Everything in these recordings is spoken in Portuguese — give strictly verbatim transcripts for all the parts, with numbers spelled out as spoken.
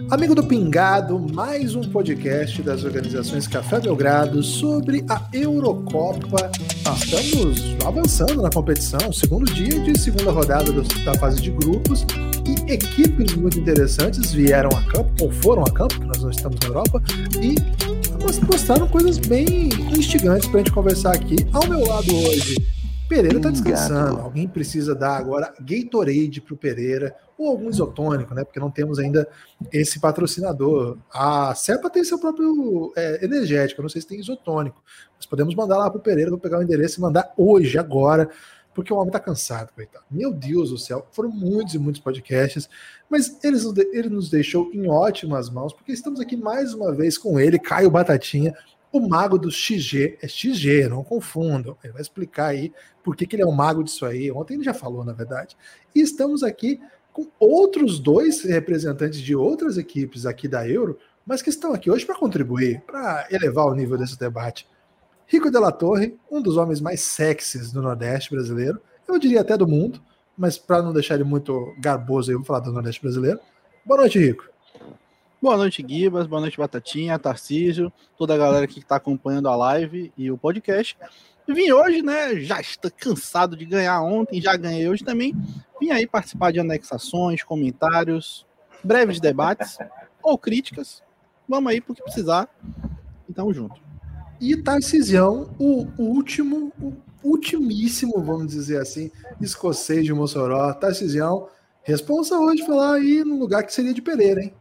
Amigo do Pingado, mais um podcast das organizações Café Belgrado sobre a Eurocopa. Nós estamos avançando na competição, segundo dia de segunda rodada da fase de grupos, e equipes muito interessantes vieram a campo, ou foram a campo, porque nós não estamos na Europa, e mostraram coisas bem instigantes para a gente conversar aqui. Ao meu lado hoje, Pereira está descansando. Alguém precisa dar agora Gatorade para o Pereira, ou algum isotônico, né? Porque não temos ainda esse patrocinador. A Cepa tem seu próprio é, energético, eu não sei se tem isotônico, mas podemos mandar lá para o Pereira, vou pegar o endereço e mandar hoje, agora, porque o homem está cansado, coitado. Meu Deus do céu, foram muitos e muitos podcasts, mas eles, ele nos deixou em ótimas mãos, porque estamos aqui mais uma vez com ele, Caio Batatinha, o mago do X G. É X G, não confundam. Ele vai explicar aí por que, que ele é o mago disso aí. Ontem ele já falou, na verdade. E estamos aqui com outros dois representantes de outras equipes aqui da Euro, mas que estão aqui hoje para contribuir, para elevar o nível desse debate. Rico Della Torre, um dos homens mais sexys do Nordeste brasileiro, eu diria até do mundo, mas para não deixar ele muito garboso, eu vou falar do Nordeste brasileiro. Boa noite, Rico. Boa noite, Guibas, boa noite, Batatinha, Tarcísio, toda a galera que está acompanhando a live e o podcast. Vim hoje, né, já estou cansado de ganhar ontem, já ganhei hoje também. Vim aí participar de anexações, comentários, breves debates ou críticas. Vamos aí porque precisar. E tamo junto. E Tarcisião, o último, o ultimíssimo, vamos dizer assim, escocês de Mossoró. Tarcisião, responsa hoje falar aí no lugar que seria de Pereira, hein?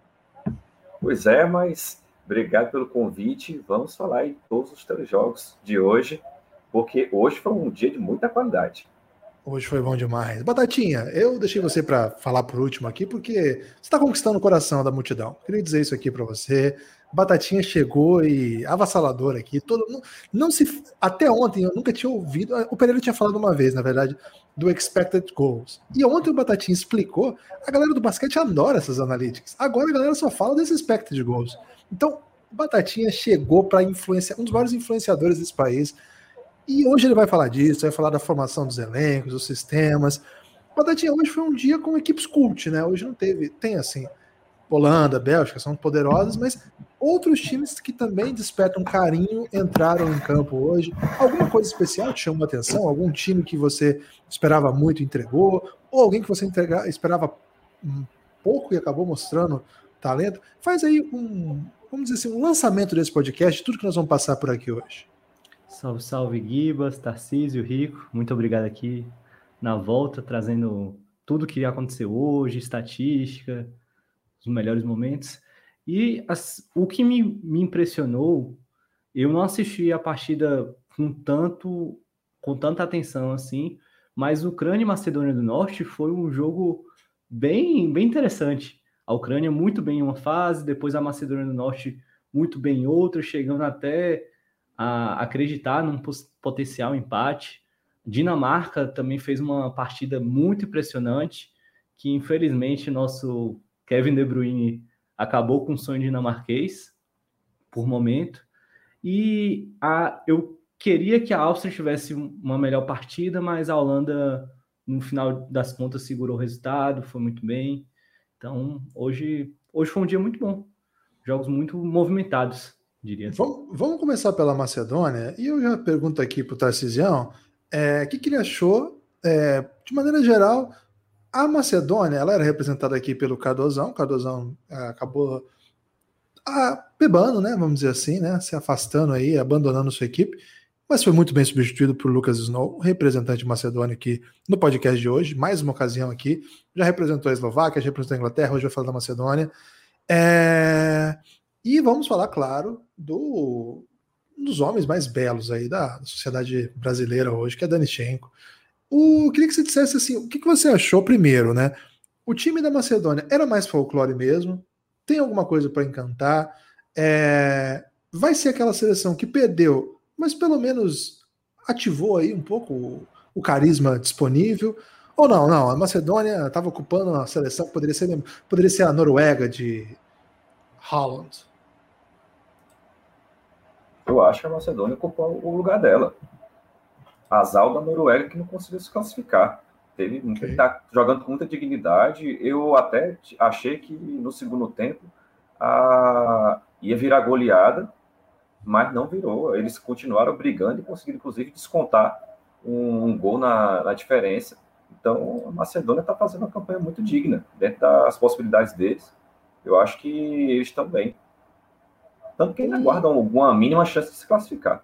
Pois é, mas obrigado pelo convite. Vamos falar em todos os três jogos de hoje, porque hoje foi um dia de muita qualidade. Hoje foi bom demais. Batatinha, eu deixei você para falar por último aqui, porque você está conquistando o coração da multidão. Queria dizer isso aqui para você. Batatinha chegou e avassalador aqui. Todo, não, não se, até ontem eu nunca tinha ouvido. O Pereira tinha falado uma vez, na verdade, do expected goals. E ontem o Batatinha explicou. A galera do basquete adora essas analytics. Agora a galera só fala desse expected goals. Então, o Batatinha chegou para influenciar, um dos maiores influenciadores desse país. E hoje ele vai falar disso, vai falar da formação dos elencos, dos sistemas. O Batatinha hoje foi um dia com equipes cult, né? Hoje não teve, tem assim, Holanda, Bélgica, são poderosas, mas outros times que também despertam carinho entraram em campo hoje. Alguma coisa especial te chamou a atenção? Algum time que você esperava muito e entregou? Ou alguém que você entrega, esperava um pouco e acabou mostrando talento? Faz aí um, vamos dizer assim, um lançamento desse podcast, tudo que nós vamos passar por aqui hoje. Salve, salve, Guibas, Tarcísio, Rico. Muito obrigado aqui na volta, trazendo tudo que aconteceu hoje, estatística, os melhores momentos. E as, o que me, me impressionou, eu não assisti a partida com, tanto, com tanta atenção assim, mas Ucrânia e Macedônia do Norte foi um jogo bem, bem interessante. A Ucrânia muito bem em uma fase, depois a Macedônia do Norte muito bem em outra, chegando até a acreditar num potencial empate. Dinamarca também fez uma partida muito impressionante, que infelizmente nosso Kevin De Bruyne acabou com o sonho dinamarquês, por momento. E a, eu queria que a Áustria tivesse uma melhor partida, mas a Holanda, no final das contas, segurou o resultado, foi muito bem. Então, hoje, hoje foi um dia muito bom. Jogos muito movimentados, diria assim. Vamos, vamos começar pela Macedônia, e eu já pergunto aqui para o Tarcisião, é, o que, que ele achou, é, de maneira geral. A Macedônia, ela era representada aqui pelo Cardozão, o Cardozão é, acabou ah, bebando, né, vamos dizer assim, né, se afastando aí, abandonando sua equipe, mas foi muito bem substituído por Lucas Snow, representante macedônio aqui no podcast de hoje, mais uma ocasião aqui, já representou a Eslováquia, já representou a Inglaterra, hoje vai falar da Macedônia. É... E vamos falar, claro, do, um dos homens mais belos aí da, da sociedade brasileira hoje, que é Danichenko. O, queria que você dissesse assim, o que, que você achou primeiro, né? O time da Macedônia era mais folclore mesmo? Tem alguma coisa para encantar? É, vai ser aquela seleção que perdeu, mas pelo menos ativou aí um pouco o, o carisma disponível? Ou não, não, a Macedônia estava ocupando uma seleção que poderia ser, poderia ser a Noruega de Haaland. Eu acho que a Macedônia ocupou o lugar dela. Azar da Noruega que não conseguiu se classificar. Teve, okay. Tá jogando com muita dignidade. Eu até achei que no segundo tempo a... ia virar goleada, mas não virou. Eles continuaram brigando e conseguiram, inclusive, descontar um, um gol na, na diferença. Então, a Macedônia está fazendo uma campanha muito digna, dentro das possibilidades deles. Eu acho que eles estão bem. Tanto que ainda guardam alguma mínima chance de se classificar.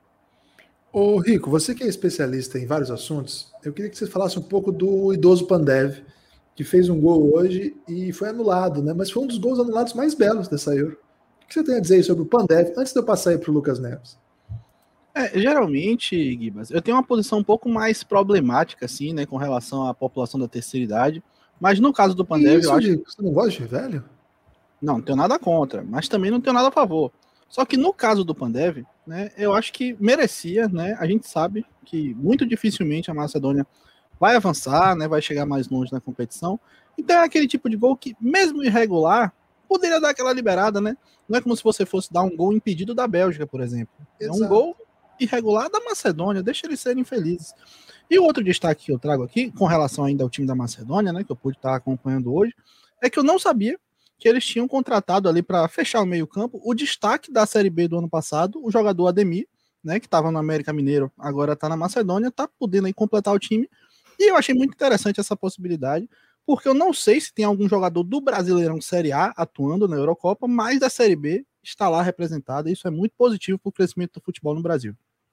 Ô Rico, você que é especialista em vários assuntos, eu queria que você falasse um pouco do idoso Pandev, que fez um gol hoje e foi anulado, né? Mas foi um dos gols anulados mais belos dessa Euro. O que você tem a dizer aí sobre o Pandev, antes de eu passar aí para o Lucas Neves? É, geralmente, Gibas, eu tenho uma posição um pouco mais problemática, assim, né, com relação à população da terceira idade, mas no caso do Pandev, isso, eu acho... Rico? Você não gosta de velho? Não, não tenho nada contra, mas também não tenho nada a favor. Só que no caso do Pandev, né, eu acho que merecia, né? A gente sabe que muito dificilmente a Macedônia vai avançar, né? Vai chegar mais longe na competição. Então é aquele tipo de gol que, mesmo irregular, poderia dar aquela liberada, né? Não é como se você fosse dar um gol impedido da Bélgica, por exemplo. Exato. É um gol irregular da Macedônia, deixa eles serem felizes. E o outro destaque que eu trago aqui, com relação ainda ao time da Macedônia, né? Que eu pude estar acompanhando hoje, é que eu não sabia que eles tinham contratado ali para fechar o meio-campo o destaque da Série B do ano passado, o jogador Ademir, né, que estava no América Mineiro, agora está na Macedônia, está podendo aí completar o time. E eu achei muito interessante essa possibilidade, porque eu não sei se tem algum jogador do Brasileirão Série A atuando na Eurocopa, mas da Série B está lá representada, e isso é muito positivo para o crescimento do futebol no Brasil.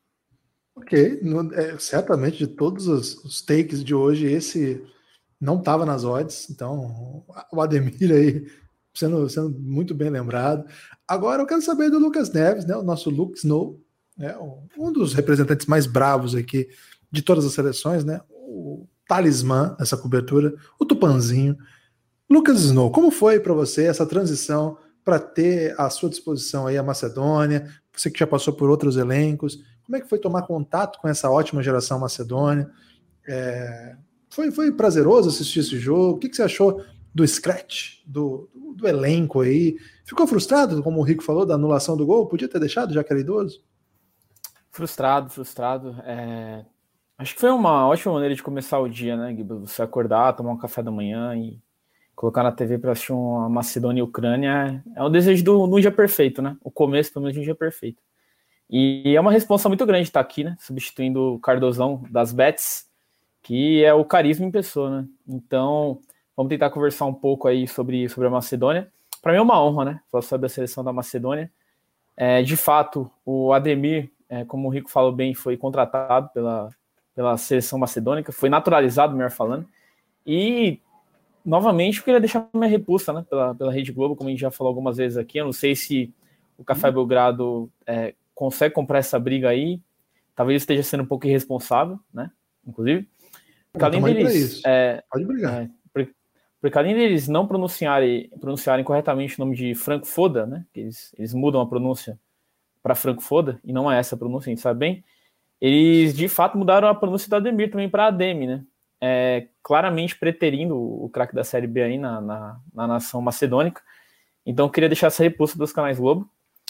Ok, no, é, certamente de todos os, os takes de hoje, esse não estava nas odds, então o Ademir aí Sendo, sendo muito bem lembrado. Agora eu quero saber do Lucas Neves, né, o nosso Luke Snow, né, um dos representantes mais bravos aqui de todas as seleções, né, o talismã dessa cobertura, o Tupanzinho. Lucas Snow, como foi para você essa transição para ter à sua disposição aí a Macedônia, você que já passou por outros elencos, como é que foi tomar contato com essa ótima geração macedônia? É, foi, foi prazeroso assistir esse jogo? O que, que você achou do scratch, do, do, do elenco aí? Ficou frustrado, como o Rico falou, da anulação do gol? Podia ter deixado, já que era idoso? Frustrado, frustrado. É... Acho que foi uma ótima maneira de começar o dia, né, Guiba? Você acordar, tomar um café da manhã e colocar na T V para assistir uma Macedônia e Ucrânia. É o desejo do, do dia perfeito, né? O começo, pelo menos, de um dia perfeito. E é uma responsa muito grande estar aqui, né? Substituindo o Cardozão das Bets, que é o carisma em pessoa, né? Então... Vamos tentar conversar um pouco aí sobre, sobre a Macedônia. Para mim é uma honra, né? Falar sobre a seleção da Macedônia. É, de fato, o Ademir, é, como o Rico falou bem, foi contratado pela, pela seleção macedônica, foi naturalizado, melhor falando. E, novamente, eu queria deixar minha repulsa, né? Pela, pela Rede Globo, como a gente já falou algumas vezes aqui. Eu não sei se o Café Belgrado é, consegue comprar essa briga aí. Talvez esteja sendo um pouco irresponsável, né? Inclusive. Porque além deles... É, Pode brigar. É, Porque além deles não pronunciarem, pronunciarem corretamente o nome de Franco Foda, né, que eles, eles mudam a pronúncia para Franco Foda, e não é essa a pronúncia, a gente sabe bem, eles de fato mudaram a pronúncia do Ademir também para Ademi, né, é, claramente preterindo o, o craque da Série B aí na, na, na nação macedônica. Então eu queria deixar essa repulsa dos canais Globo.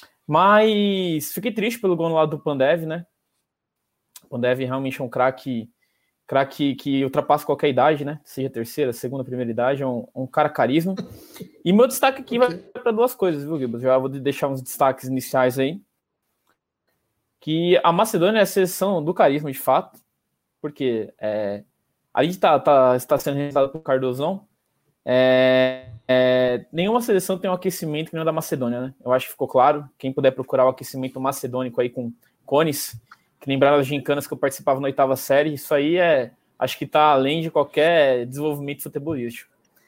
Mas fiquei triste pelo gol no lado do Pandev, né, o Pandev realmente é um craque craque que ultrapassa qualquer idade, né? Seja terceira, segunda, primeira idade, é um, um cara carisma. E meu destaque aqui vai para duas coisas, viu, Gibas? Já vou deixar uns destaques iniciais aí. Que a Macedônia é a seleção do carisma, de fato, porque é, a gente tá, tá, está sendo realizado por Cardozão. É, é, nenhuma seleção tem um aquecimento que não é da Macedônia, né? Eu acho que ficou claro. Quem puder procurar o aquecimento macedônico aí com cones, que lembraram as gincanas que eu participava na oitava série, isso aí é, acho que está além de qualquer desenvolvimento futebolístico.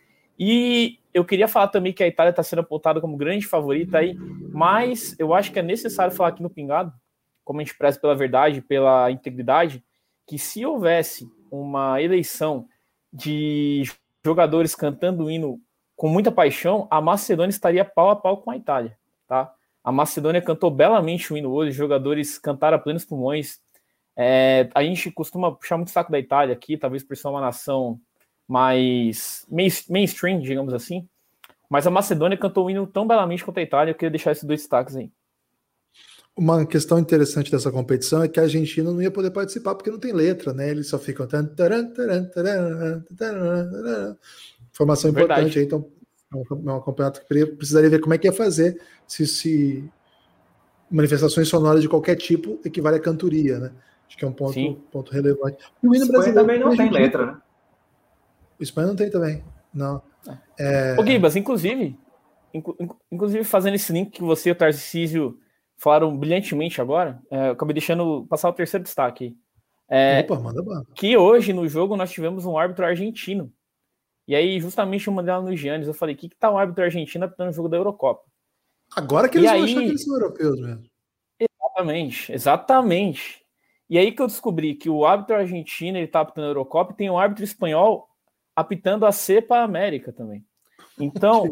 E eu queria falar também que a Itália está sendo apontada como grande favorita aí, mas eu acho que é necessário falar aqui no Pingado, como a gente preza pela verdade, pela integridade, que se houvesse uma eleição de jogadores cantando o hino com muita paixão, a Macedônia estaria pau a pau com a Itália, tá? A Macedônia cantou belamente o hino hoje, os jogadores cantaram a plenos pulmões. É, a gente costuma puxar muito saco da Itália aqui, talvez por ser uma nação mais mainstream, digamos assim. Mas a Macedônia cantou o hino tão belamente quanto a Itália, eu queria deixar esses dois destaques aí. Uma questão interessante dessa competição é que a Argentina não ia poder participar porque não tem letra, né? Eles só ficam... Informação importante aí, então É um, é um campeonato que precisaria ver como é que ia fazer se, se manifestações sonoras de qualquer tipo equivale à cantoria, né? Acho que é um ponto, ponto relevante. E o hino brasileiro também não tem letra, né? O espanhol não tem também, não. É... Ô, Gibas, inclusive, inc inclusive fazendo esse link que você e o Tarcísio falaram brilhantemente agora, é, eu acabei deixando passar o terceiro destaque. É, Opa, manda bem. Que hoje no jogo nós tivemos um árbitro argentino. E aí, justamente eu mandei lá no Giannis, eu falei, o que, que tá um árbitro argentino apitando o jogo da Eurocopa? Agora que eles e vão aí... achar que eles são europeus mesmo. Exatamente, exatamente. E aí que eu descobri que o árbitro argentino ele tá apitando a Eurocopa e tem um árbitro espanhol apitando a Copa América também. Então,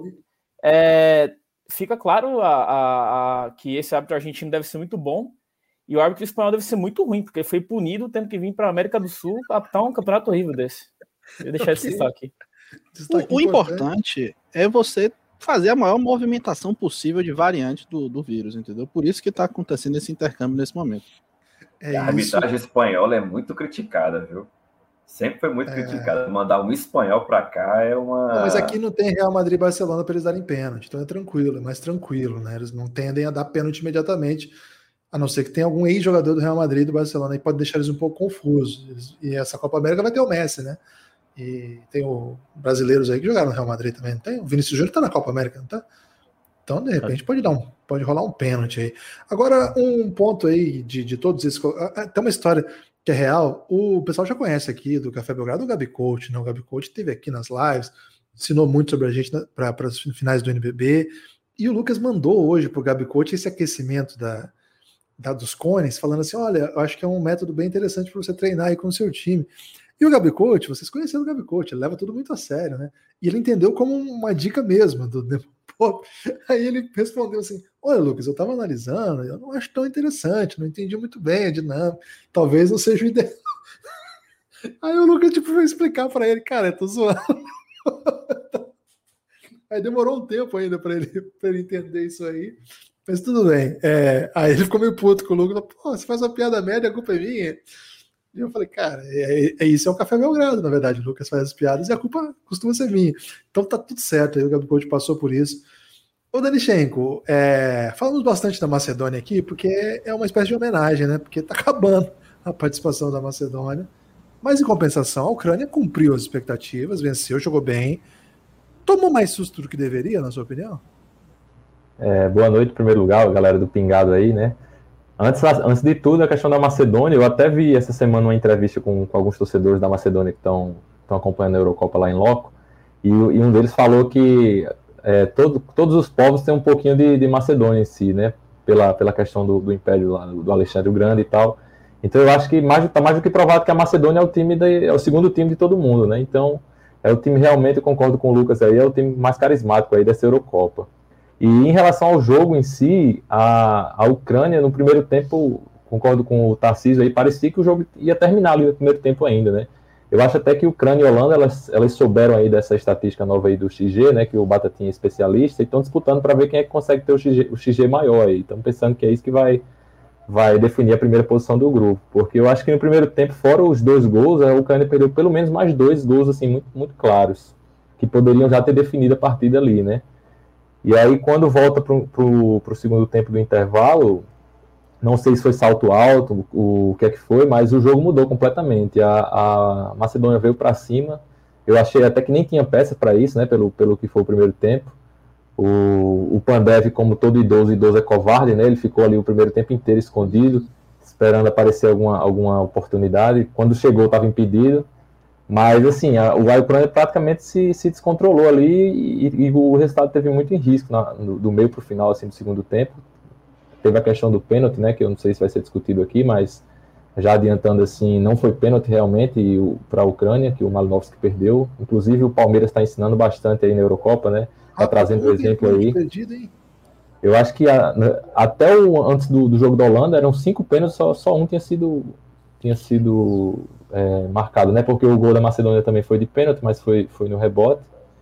é, fica claro a, a, a, que esse árbitro argentino deve ser muito bom e o árbitro espanhol deve ser muito ruim, porque ele foi punido tendo que vir para a América do Sul apitar um campeonato horrível desse. Vou deixar esse destaque. O, o importante é você fazer a maior movimentação possível de variantes do, do vírus, entendeu? Por isso que está acontecendo esse intercâmbio nesse momento. É a arbitragem espanhola é muito criticada, viu? Sempre foi muito é... criticada. Mandar um espanhol para cá é uma... Não, mas aqui não tem Real Madrid e Barcelona para eles darem pênalti, então é tranquilo, é mais tranquilo, né? Eles não tendem a dar pênalti imediatamente, a não ser que tenha algum ex-jogador do Real Madrid e do Barcelona, e pode deixar eles um pouco confusos. E essa Copa América vai ter o Messi, né? E tem o brasileiros aí que jogaram no Real Madrid também, não tem? O Vinícius Júnior tá na Copa América, não tá? Então, de repente, pode dar um, pode rolar um pênalti aí. Agora, um ponto aí de, de todos esses. Tem uma história que é real. O pessoal já conhece aqui do Café Belgrado, o Gabi Coach, né? O Gabi Coach esteve aqui nas lives, ensinou muito sobre a gente para as finais do N B B. E o Lucas mandou hoje para o Gabi Coach esse aquecimento da, da, dos cones, falando assim: olha, eu acho que é um método bem interessante para você treinar aí com o seu time. E o Gabi Coach, vocês conheceram o Gabi Coach, ele leva tudo muito a sério, né? E ele entendeu como uma dica mesmo do Pô, aí ele respondeu assim: olha, Lucas, eu estava analisando, eu não acho tão interessante, não entendi muito bem a dinâmica, talvez não seja o ideal. Aí o Lucas tipo, foi explicar para ele: cara, eu tô zoando. Aí demorou um tempo ainda para ele, pra ele entender isso aí, mas tudo bem. É, aí ele ficou meio puto com o Lucas: pô, você faz uma piada média, a culpa é minha. E eu falei: cara, é, é isso, é o Café Belgrado, na verdade. O Lucas faz as piadas e a culpa costuma ser minha. Então tá tudo certo, aí o Gabi Coach passou por isso. Ô Danichenko, é, falamos bastante da Macedônia aqui, porque é uma espécie de homenagem, né? Porque tá acabando a participação da Macedônia. Mas em compensação, a Ucrânia cumpriu as expectativas, venceu, jogou bem. Tomou mais susto do que deveria, na sua opinião? É, boa noite, em primeiro lugar, galera do Pingado aí, né? Antes, antes de tudo, a questão da Macedônia, eu até vi essa semana uma entrevista com, com alguns torcedores da Macedônia que estão acompanhando a Eurocopa lá em loco, e, e um deles falou que é, todo, todos os povos têm um pouquinho de, de Macedônia em si, né, pela, pela questão do, do Império lá, do Alexandre o Grande e tal. Então eu acho que mais, tá mais do que provado que a Macedônia é o, time de, é o segundo time de todo mundo, né, então é o time realmente, eu concordo com o Lucas aí, é o time mais carismático aí dessa Eurocopa. E em relação ao jogo em si, a, a Ucrânia, no primeiro tempo, concordo com o Tarcísio aí, parecia que o jogo ia terminar ali no primeiro tempo ainda, né? Eu acho até que Ucrânia e Holanda, elas, elas souberam aí dessa estatística nova aí do X G, né? Que o Batatinha é especialista, e estão disputando para ver quem é que consegue ter o X G, o X G maior aí. Estão pensando que é isso que vai, vai definir a primeira posição do grupo. Porque eu acho que no primeiro tempo, fora os dois gols, a Ucrânia perdeu pelo menos mais dois gols, assim, muito, muito claros, que poderiam já ter definido a partida ali, né? E aí, quando volta para o segundo tempo do intervalo, não sei se foi salto alto, o, o que é que foi, mas o jogo mudou completamente. A, a Macedônia veio para cima. Eu achei até que nem tinha peça para isso, né, pelo, pelo que foi o primeiro tempo. O, o Pandev, como todo idoso, idoso é covarde, né, ele ficou ali o primeiro tempo inteiro escondido, esperando aparecer alguma, alguma oportunidade. Quando chegou, estava impedido. Mas, assim, a, o Ucrânia praticamente se, se descontrolou ali e, e o resultado teve muito em risco na, no, do meio para o final, assim, do segundo tempo. Teve a questão do pênalti, né, que eu não sei se vai ser discutido aqui, mas já adiantando, assim, não foi pênalti realmente para a Ucrânia, que o Malinovski perdeu. Inclusive, o Palmeiras está ensinando bastante aí na Eurocopa, né, está ah, trazendo o um exemplo aí. Perdido, hein? Eu acho que a, até o, antes do, do jogo da Holanda eram cinco pênaltis, só, só um tinha sido... tinha sido é, marcado, né? Porque o gol da Macedônia também foi de pênalti, mas foi, foi no rebote.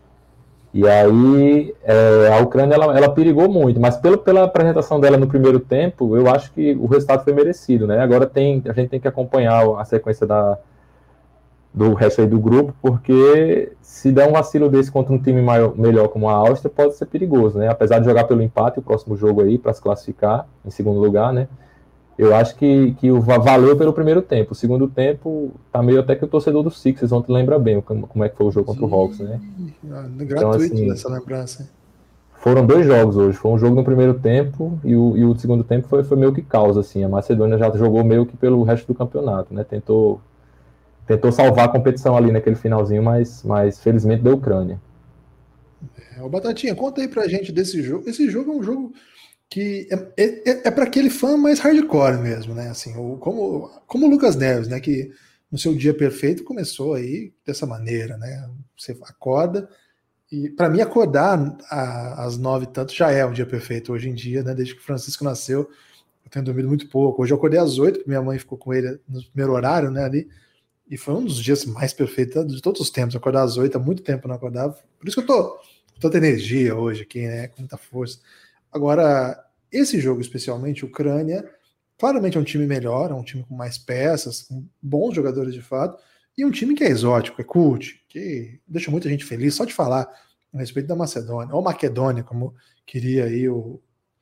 E aí é, a Ucrânia ela, ela perigou muito, mas pelo, pela apresentação dela no primeiro tempo, eu acho que o resultado foi merecido, né? Agora tem, a gente tem que acompanhar a sequência da, do resto aí do grupo, porque se der um vacilo desse contra um time maior, melhor como a Áustria, pode ser perigoso, né? Apesar de jogar pelo empate o próximo jogo aí, para se classificar em segundo lugar, né? Eu acho que, que valeu pelo primeiro tempo. O segundo tempo, tá meio até que o torcedor do Sixers ontem lembra bem como, como é que foi o jogo contra o Hawks, né? Gratuito então, assim, essa lembrança. Foram dois jogos hoje. Foi um jogo no primeiro tempo e o, e o segundo tempo foi, foi meio que causa, assim. A Macedônia já jogou meio que pelo resto do campeonato, né? Tentou, tentou salvar a competição ali naquele finalzinho, mas, mas felizmente deu Ucrânia. É, ô Batatinha, conta aí pra gente desse jogo. Esse jogo é um jogo que é, é, é para aquele fã mais hardcore mesmo, né? Assim, o, como, como o Lucas Neves, né? Que no seu dia perfeito começou aí dessa maneira, né? Você acorda e para mim acordar a, às nove e tanto já é um dia perfeito hoje em dia, né? Desde que o Francisco nasceu, eu tenho dormido muito pouco. Hoje eu acordei às oito, porque minha mãe ficou com ele no primeiro horário, né? Ali, e foi um dos dias mais perfeitos de todos os tempos. Acordar às oito, há muito tempo eu não acordava. Por isso que eu tô toda energia hoje aqui, né? Com muita força. Agora, esse jogo especialmente, Ucrânia, claramente é um time melhor, é um time com mais peças, com bons jogadores de fato, e um time que é exótico, é cult, que deixa muita gente feliz só de falar a respeito da Macedônia, ou Maquedônia, como queria aí o,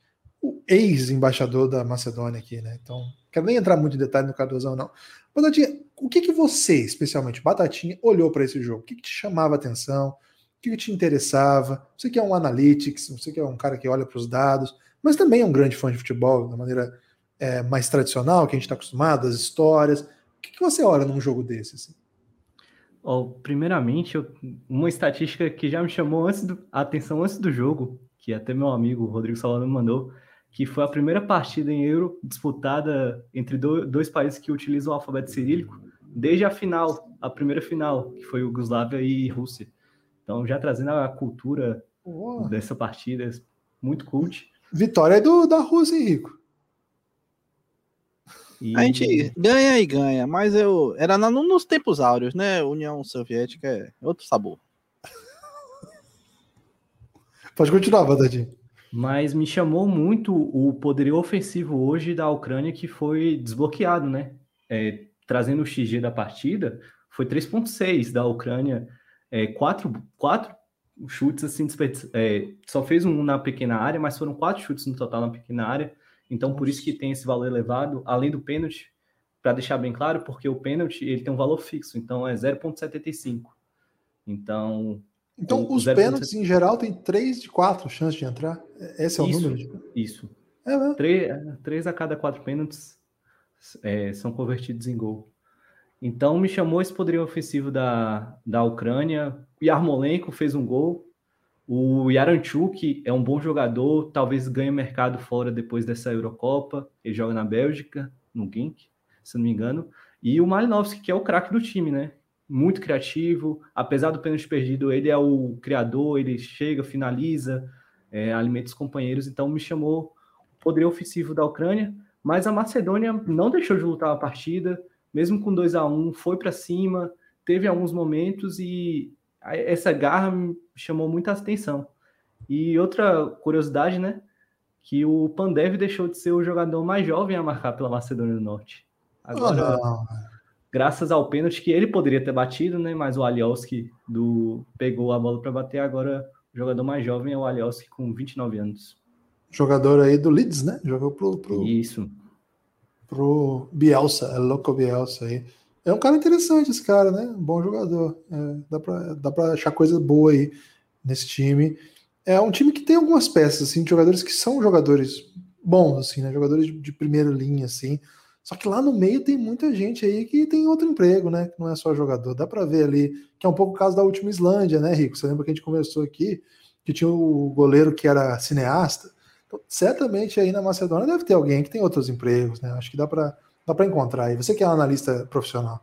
o ex-embaixador da Macedônia aqui, né? Então, quero nem entrar muito em detalhe no Cardozão, não. Batatinha, o que, que você, especialmente Batatinha, olhou para esse jogo? O que, que te chamava a atenção? O que, que te interessava? Você que é um analytics, você que é um cara que olha para os dados, mas também é um grande fã de futebol, da maneira é, mais tradicional, que a gente está acostumado, as histórias. O que, que você olha num jogo desse? Assim? Oh, primeiramente, eu, uma estatística que já me chamou antes do, a atenção antes do jogo, que até meu amigo Rodrigo Salvador me mandou, que foi a primeira partida em Euro disputada entre do, dois países que utilizam o alfabeto cirílico, desde a final, a primeira final, que foi Iugoslávia e Rússia. Então, já trazendo a cultura oh. dessa partida, muito cult. Vitória do, da Rússia, Henrico. E... A gente ganha e ganha, mas eu era na, nos tempos áureos, né? União Soviética é outro sabor. Pode continuar, Batatinha. Mas me chamou muito o poderio ofensivo hoje da Ucrânia, que foi desbloqueado, né? É, trazendo o X G da partida, foi três ponto seis da Ucrânia, é, quatro, quatro chutes assim, é, só fez um na pequena área, mas foram quatro chutes no total na pequena área, então por isso que tem esse valor elevado, além do pênalti, para deixar bem claro, porque o pênalti ele tem um valor fixo, então é zero ponto setenta e cinco. Então, então os pênaltis em geral tem três de quatro chances de entrar? Esse é o isso, número? De... Isso. É mesmo? três a cada quatro pênaltis é, são convertidos em gol. Então me chamou esse poderio ofensivo da, da Ucrânia. O Yarmolenko fez um gol. O Yaranchuk é um bom jogador, talvez ganhe mercado fora depois dessa Eurocopa. Ele joga na Bélgica, no Genk, se não me engano. E o Malinovski, que é o craque do time, né? Muito criativo. Apesar do pênalti perdido, ele é o criador, ele chega, finaliza, é, alimenta os companheiros. Então me chamou o poderio ofensivo da Ucrânia. Mas a Macedônia não deixou de lutar a partida. Mesmo com dois a um, foi para cima, teve alguns momentos e essa garra me chamou muita atenção. E outra curiosidade, né, que o Pandev deixou de ser o jogador mais jovem a marcar pela Macedônia do Norte. Agora, oh, graças ao pênalti que ele poderia ter batido, né, mas o Aliowski do, pegou a bola para bater, agora o jogador mais jovem é o Aliowski com vinte e nove anos. Jogador aí do Leeds, né? Jogou pro... pro... Isso. pro Bielsa, é louco Bielsa aí. É um cara interessante esse cara, né? Um bom jogador. É, dá pra, dá pra achar coisa boa aí nesse time. É um time que tem algumas peças, assim, de jogadores que são jogadores bons, assim, né? Jogadores de, de primeira linha, assim. Só que lá no meio tem muita gente aí que tem outro emprego, né? Que não é só jogador. Dá pra ver ali, que é um pouco o caso da última Islândia, né, Rico? Você lembra que a gente conversou aqui, que tinha o goleiro que era cineasta? Então, certamente aí na Macedônia deve ter alguém que tem outros empregos, né? Acho que dá para dá para encontrar aí. Você que é um analista profissional.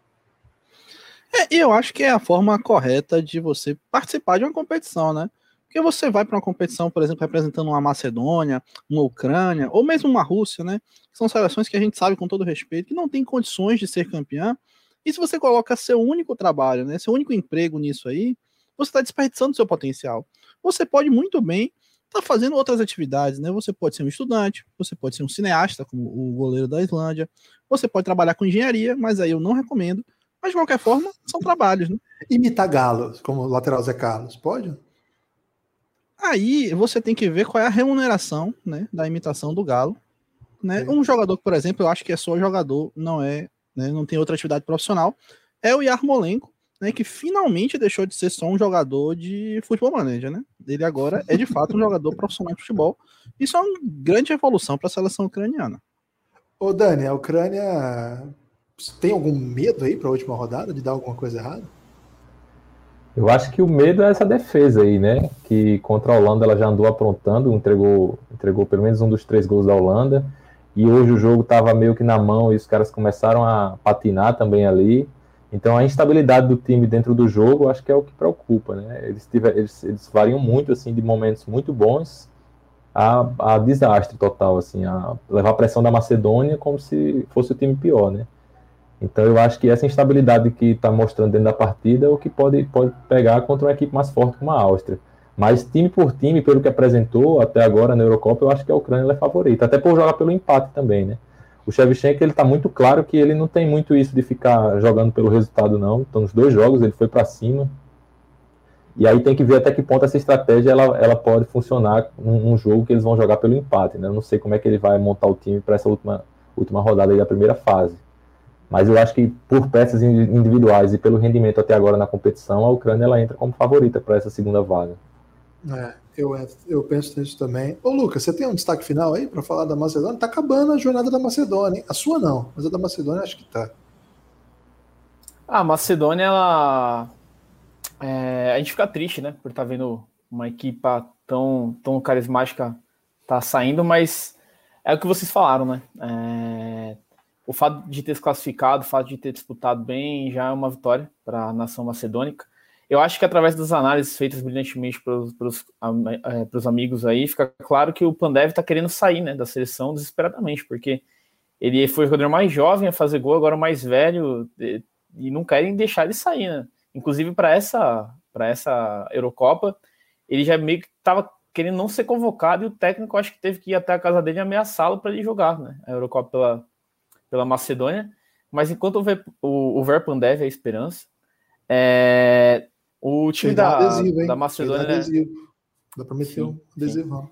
É, eu acho que é a forma correta de você participar de uma competição, né? Porque você vai para uma competição, por exemplo, representando uma Macedônia, uma Ucrânia, ou mesmo uma Rússia, né? Que são seleções que a gente sabe, com todo respeito, que não tem condições de ser campeã. E se você coloca seu único trabalho, né, seu único emprego nisso aí, você está desperdiçando seu potencial. Você pode muito bem tá fazendo outras atividades, né? Você pode ser um estudante, você pode ser um cineasta, como o goleiro da Islândia, você pode trabalhar com engenharia, mas aí eu não recomendo, mas Mas, de qualquer forma, são trabalhos, né? Imitar Galo, como o lateral Zé Carlos, pode? Aí você tem que ver qual é a remuneração, né, da imitação do Galo. Né? Um jogador que, por exemplo, eu acho que é só jogador, não é, né, não tem outra atividade profissional, é o Yarmolenko, né, que finalmente deixou de ser só um jogador de futebol manager, né? Ele agora é de fato um jogador profissional de futebol. Isso é uma grande evolução para a seleção ucraniana. Ô Dani, a Ucrânia tem algum medo aí para a última rodada de dar alguma coisa errada? Eu acho que o medo é essa defesa aí, né? Que contra a Holanda ela já andou aprontando, entregou, entregou pelo menos um dos três gols da Holanda. E hoje o jogo estava meio que na mão e os caras começaram a patinar também ali. Então a instabilidade do time dentro do jogo acho que é o que preocupa, né? Eles, tiver, eles, eles variam muito, assim, de momentos muito bons a, a desastre total, assim, a levar a pressão da Macedônia como se fosse o time pior, né? Então eu acho que essa instabilidade que está mostrando dentro da partida é o que pode, pode pegar contra uma equipe mais forte como a Áustria. Mas time por time, pelo que apresentou até agora na Eurocopa, eu acho que a Ucrânia é favorita, até por jogar pelo empate também, né? O Shevchenko, ele está muito claro que ele não tem muito isso de ficar jogando pelo resultado, não. Então, nos dois jogos, ele foi para cima. E aí tem que ver até que ponto essa estratégia ela, ela pode funcionar num, num jogo que eles vão jogar pelo empate, né? Eu não sei como é que ele vai montar o time para essa última, última rodada aí da primeira fase. Mas eu acho que por peças individuais e pelo rendimento até agora na competição, a Ucrânia ela entra como favorita para essa segunda vaga. É, eu, eu penso nisso também. Ô Lucas, você tem um destaque final aí para falar da Macedônia? Tá acabando a jornada da Macedônia, hein? A sua não, mas a da Macedônia acho que tá. A Macedônia, ela... É, a gente fica triste, né? Por estar tá vendo uma equipa tão, tão carismática tá saindo, mas é o que vocês falaram, né? É, o fato de ter se classificado, o fato de ter disputado bem, já é uma vitória para a nação macedônica. Eu acho que através das análises feitas brilhantemente para os amigos aí, fica claro que o Pandev está querendo sair, né, da seleção desesperadamente, porque ele foi o jogador mais jovem a fazer gol, agora o mais velho, e, e não querem deixar ele sair, né? Inclusive para essa, para essa Eurocopa, ele já meio que estava querendo não ser convocado e o técnico acho que teve que ir até a casa dele e ameaçá-lo para ele jogar, né, a Eurocopa pela, pela Macedônia. Mas enquanto o, o, o Verpandev é a esperança, é... o time da, adesivo, da Macedônia... Adesivo. Dá para meter um adesivo.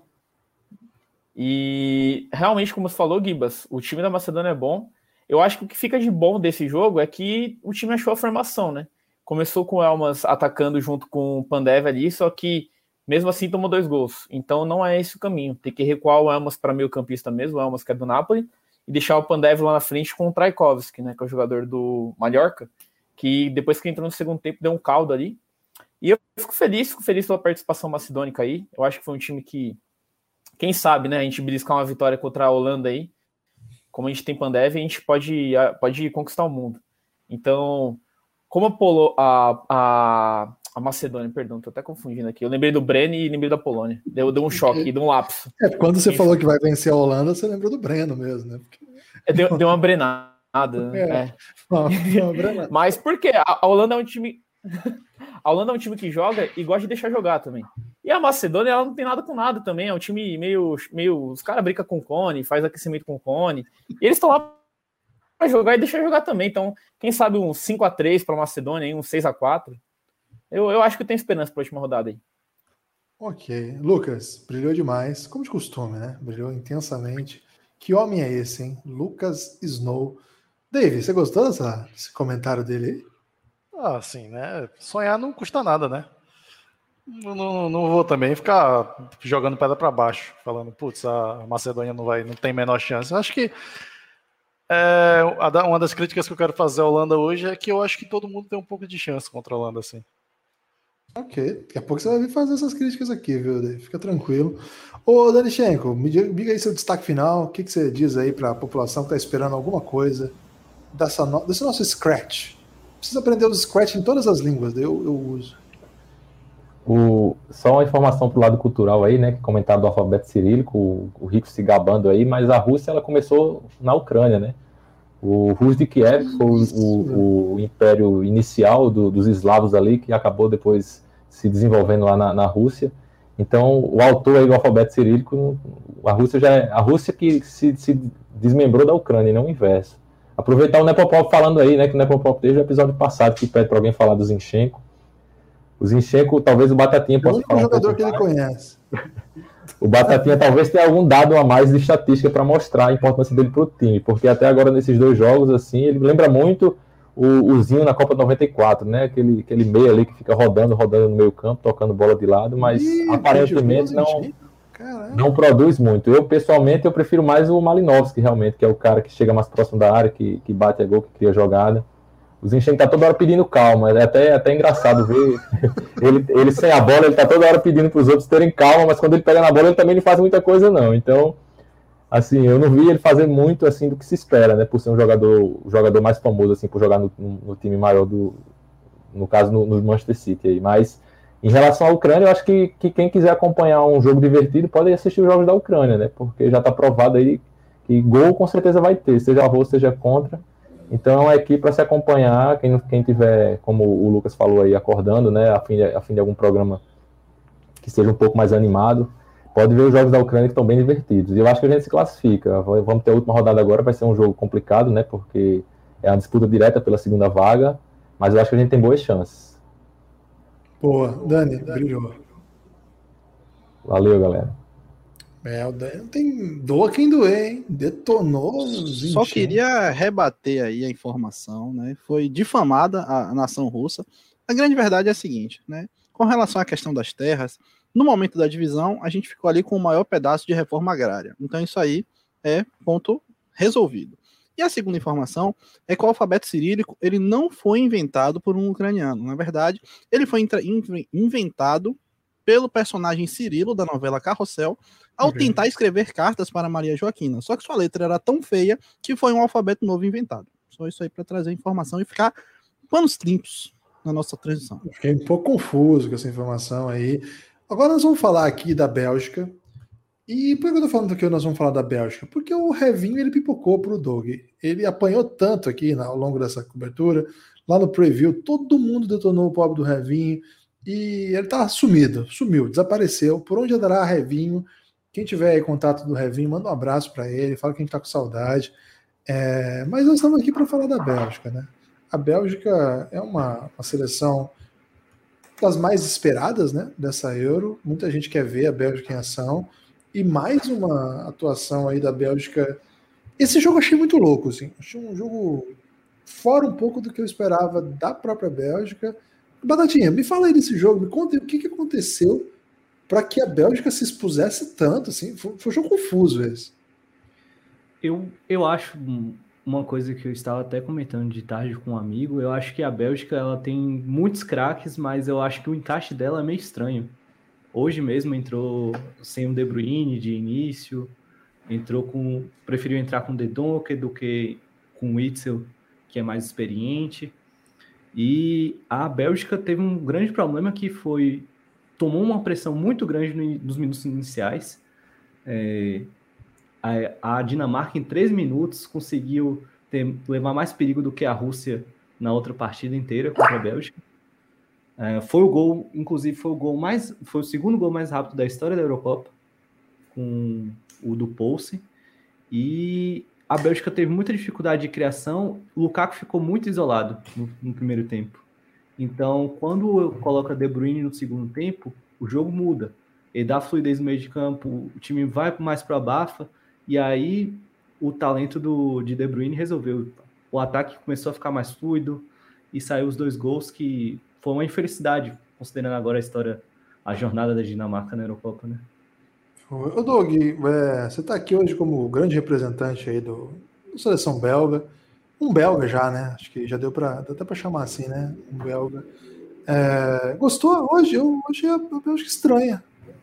E realmente, como você falou, Gibas, o time da Macedônia é bom. Eu acho que o que fica de bom desse jogo é que o time achou a formação, né? Começou com o Elmas atacando junto com o Pandev ali, só que mesmo assim tomou dois gols. Então não é esse o caminho. Tem que recuar o Elmas para meio campista mesmo, o Elmas que é do Napoli, e deixar o Pandev lá na frente com o Trajkovski, né, que é o jogador do Mallorca, que depois que entrou no segundo tempo deu um caldo ali. E eu fico feliz, fico feliz pela participação macedônica aí. Eu acho que foi um time que, quem sabe, né, a gente beliscar uma vitória contra a Holanda aí, como a gente tem Pandev, a gente pode, pode conquistar o mundo. Então, como a, Polo, a, a, a Macedônia, perdão, tô até confundindo aqui, eu lembrei do Breno e lembrei da Polônia. Deu, deu um choque, deu um lapso. É, quando você falou que vai vencer a Holanda, você lembrou do Breno mesmo, né? Porque... É, deu, deu uma brenada. É. É. Uma, uma brenada. Mas por quê? A, a Holanda é um time... A Holanda é um time que joga e gosta de deixar jogar também. E a Macedônia, ela não tem nada com nada também. É um time meio... meio os caras brincam com o Cone, faz aquecimento com o Cone. E eles estão lá para jogar e deixar jogar também. Então, quem sabe um cinco a três para a Macedônia, um seis a quatro. Eu, eu acho que eu tenho esperança para a última rodada aí. Ok. Lucas, brilhou demais. Como de costume, né? Brilhou intensamente. Que homem é esse, hein? Lucas Snow. Dave, você gostou dessa, desse comentário dele aí? Ah, sim, né? Sonhar não custa nada, né? Não, não, não vou também ficar jogando pedra para baixo, falando, putz, a Macedônia não vai, não tem menor chance. Acho que é, uma das críticas que eu quero fazer à Holanda hoje é que eu acho que todo mundo tem um pouco de chance contra a Holanda, assim. Ok, daqui a pouco você vai vir fazer essas críticas aqui, viu, Dave? Fica tranquilo. Ô, Danichenko, me diga aí seu destaque final, o que, que você diz aí para a população que está esperando alguma coisa dessa no... desse nosso Scratch. Precisa aprender os Scratch em todas as línguas, eu, eu uso. O, só uma informação pro lado cultural aí, né, que comentaram do alfabeto cirílico, o, o Rico se gabando aí, mas a Rússia, ela começou na Ucrânia, né? O Rus de Kiev foi o, o, o império inicial do, dos eslavos ali, que acabou depois se desenvolvendo lá na, na Rússia. Então, o autor aí do alfabeto cirílico, a Rússia já é, a Rússia que se, se desmembrou da Ucrânia, e não o inverso. Aproveitar o Nepopop falando aí, né? Que o Nepopop desde o episódio passado que pede para alguém falar do Zinchenko. O Zinchenko, talvez o Batatinha possa falar. É o único um jogador que ele mais. conhece. O Batatinha talvez tenha algum dado a mais de estatística para mostrar a importância dele para o time, porque até agora nesses dois jogos, assim, ele lembra muito o, o Zinho na Copa noventa e quatro, né? Aquele, aquele meio ali que fica rodando, rodando no meio campo, tocando bola de lado, mas Ih, aparentemente não, não produz muito. Eu, pessoalmente, eu prefiro mais o Malinovski, realmente, que é o cara que chega mais próximo da área, que, que bate a gol, que cria jogada. O Zinchenko tá toda hora pedindo calma, é até, até engraçado ver ele, ele sem a bola, ele tá toda hora pedindo para os outros terem calma, mas quando ele pega na bola ele também não faz muita coisa não, então assim, eu não vi ele fazer muito assim do que se espera, né, por ser um jogador, o jogador mais famoso assim, por jogar no, no time maior do, no caso no, no Manchester City aí, mas em relação à Ucrânia, eu acho que, que quem quiser acompanhar um jogo divertido pode assistir os jogos da Ucrânia, né, porque já tá provado aí que gol com certeza vai ter, seja a favor, seja contra. Então é uma equipe para se acompanhar, quem, quem tiver, como o Lucas falou aí, acordando, né, a fim, de, a fim de algum programa que seja um pouco mais animado, pode ver os jogos da Ucrânia que estão bem divertidos. E eu acho que a gente se classifica. Vamos ter a última rodada agora, vai ser um jogo complicado, né, porque é uma disputa direta pela segunda vaga, mas eu acho que a gente tem boas chances. Boa, Dani, brilhou. Valeu, galera. É, o Dani não tem doa quem doer, hein? Detonou. Só queria rebater aí a informação, né? Foi difamada a, a nação russa. A grande verdade é a seguinte, né? Com relação à questão das terras, no momento da divisão, a gente ficou ali com o maior pedaço de reforma agrária. Então isso aí é ponto resolvido. E a segunda informação é que o alfabeto cirílico ele não foi inventado por um ucraniano. Na verdade, ele foi inventado pelo personagem Cirilo da novela Carrossel, ao okay. tentar escrever cartas para Maria Joaquina. Só que sua letra era tão feia que foi um alfabeto novo inventado. Só isso aí para trazer informação e ficar panos limpos na nossa transição. Fiquei um pouco confuso com essa informação aí. Agora nós vamos falar aqui da Bélgica. E por que eu tô falando que nós vamos falar da Bélgica? Porque o Revinho ele pipocou pro Doug. Ele apanhou tanto aqui ao longo dessa cobertura. Lá no preview, todo mundo detonou o pobre do Revinho. E ele tá sumido, sumiu, desapareceu. Por onde andará Revinho? Quem tiver aí contato do Revinho, manda um abraço para ele, fala que a gente tá com saudade. É, mas nós estamos aqui para falar da Bélgica, né? A Bélgica é uma, uma seleção das mais esperadas, né, dessa Euro. Muita gente quer ver a Bélgica em ação. E mais uma atuação aí da Bélgica. Esse jogo eu achei muito louco, assim. Achei um jogo fora um pouco do que eu esperava da própria Bélgica. Batatinha, me fala aí desse jogo, me conta aí o que, que aconteceu para que a Bélgica se expusesse tanto, assim, foi, foi um jogo confuso esse. Eu, eu acho uma coisa que eu estava até comentando de tarde com um amigo, eu acho que a Bélgica ela tem muitos craques, mas eu acho que o encaixe dela é meio estranho. Hoje mesmo entrou sem o De Bruyne de início, entrou com, preferiu entrar com o De Donker do que com o Witsel, que é mais experiente. E a Bélgica teve um grande problema que foi... Tomou uma pressão muito grande no, nos minutos iniciais. É, a, a Dinamarca, em três minutos, conseguiu ter, levar mais perigo do que a Rússia na outra partida inteira contra a Bélgica. É, foi o gol, inclusive, foi o gol mais... Foi o segundo gol mais rápido da história da Eurocopa, com o do Poulsen. E... a Bélgica teve muita dificuldade de criação, o Lukaku ficou muito isolado no, no primeiro tempo. Então, quando coloca De Bruyne no segundo tempo, o jogo muda. Ele dá fluidez no meio de campo, o time vai mais para a bafa, e aí o talento do, de De Bruyne resolveu. O ataque começou a ficar mais fluido, e saiu os dois gols, que foi uma infelicidade, considerando agora a história, a jornada da Dinamarca na Eurocopa, né? Ô Doug, é, você está aqui hoje como grande representante aí do, da seleção belga, um belga já, né? Acho que já deu para até para chamar assim, né? Um belga. É, gostou hoje? Eu achei a Bélgica estranha.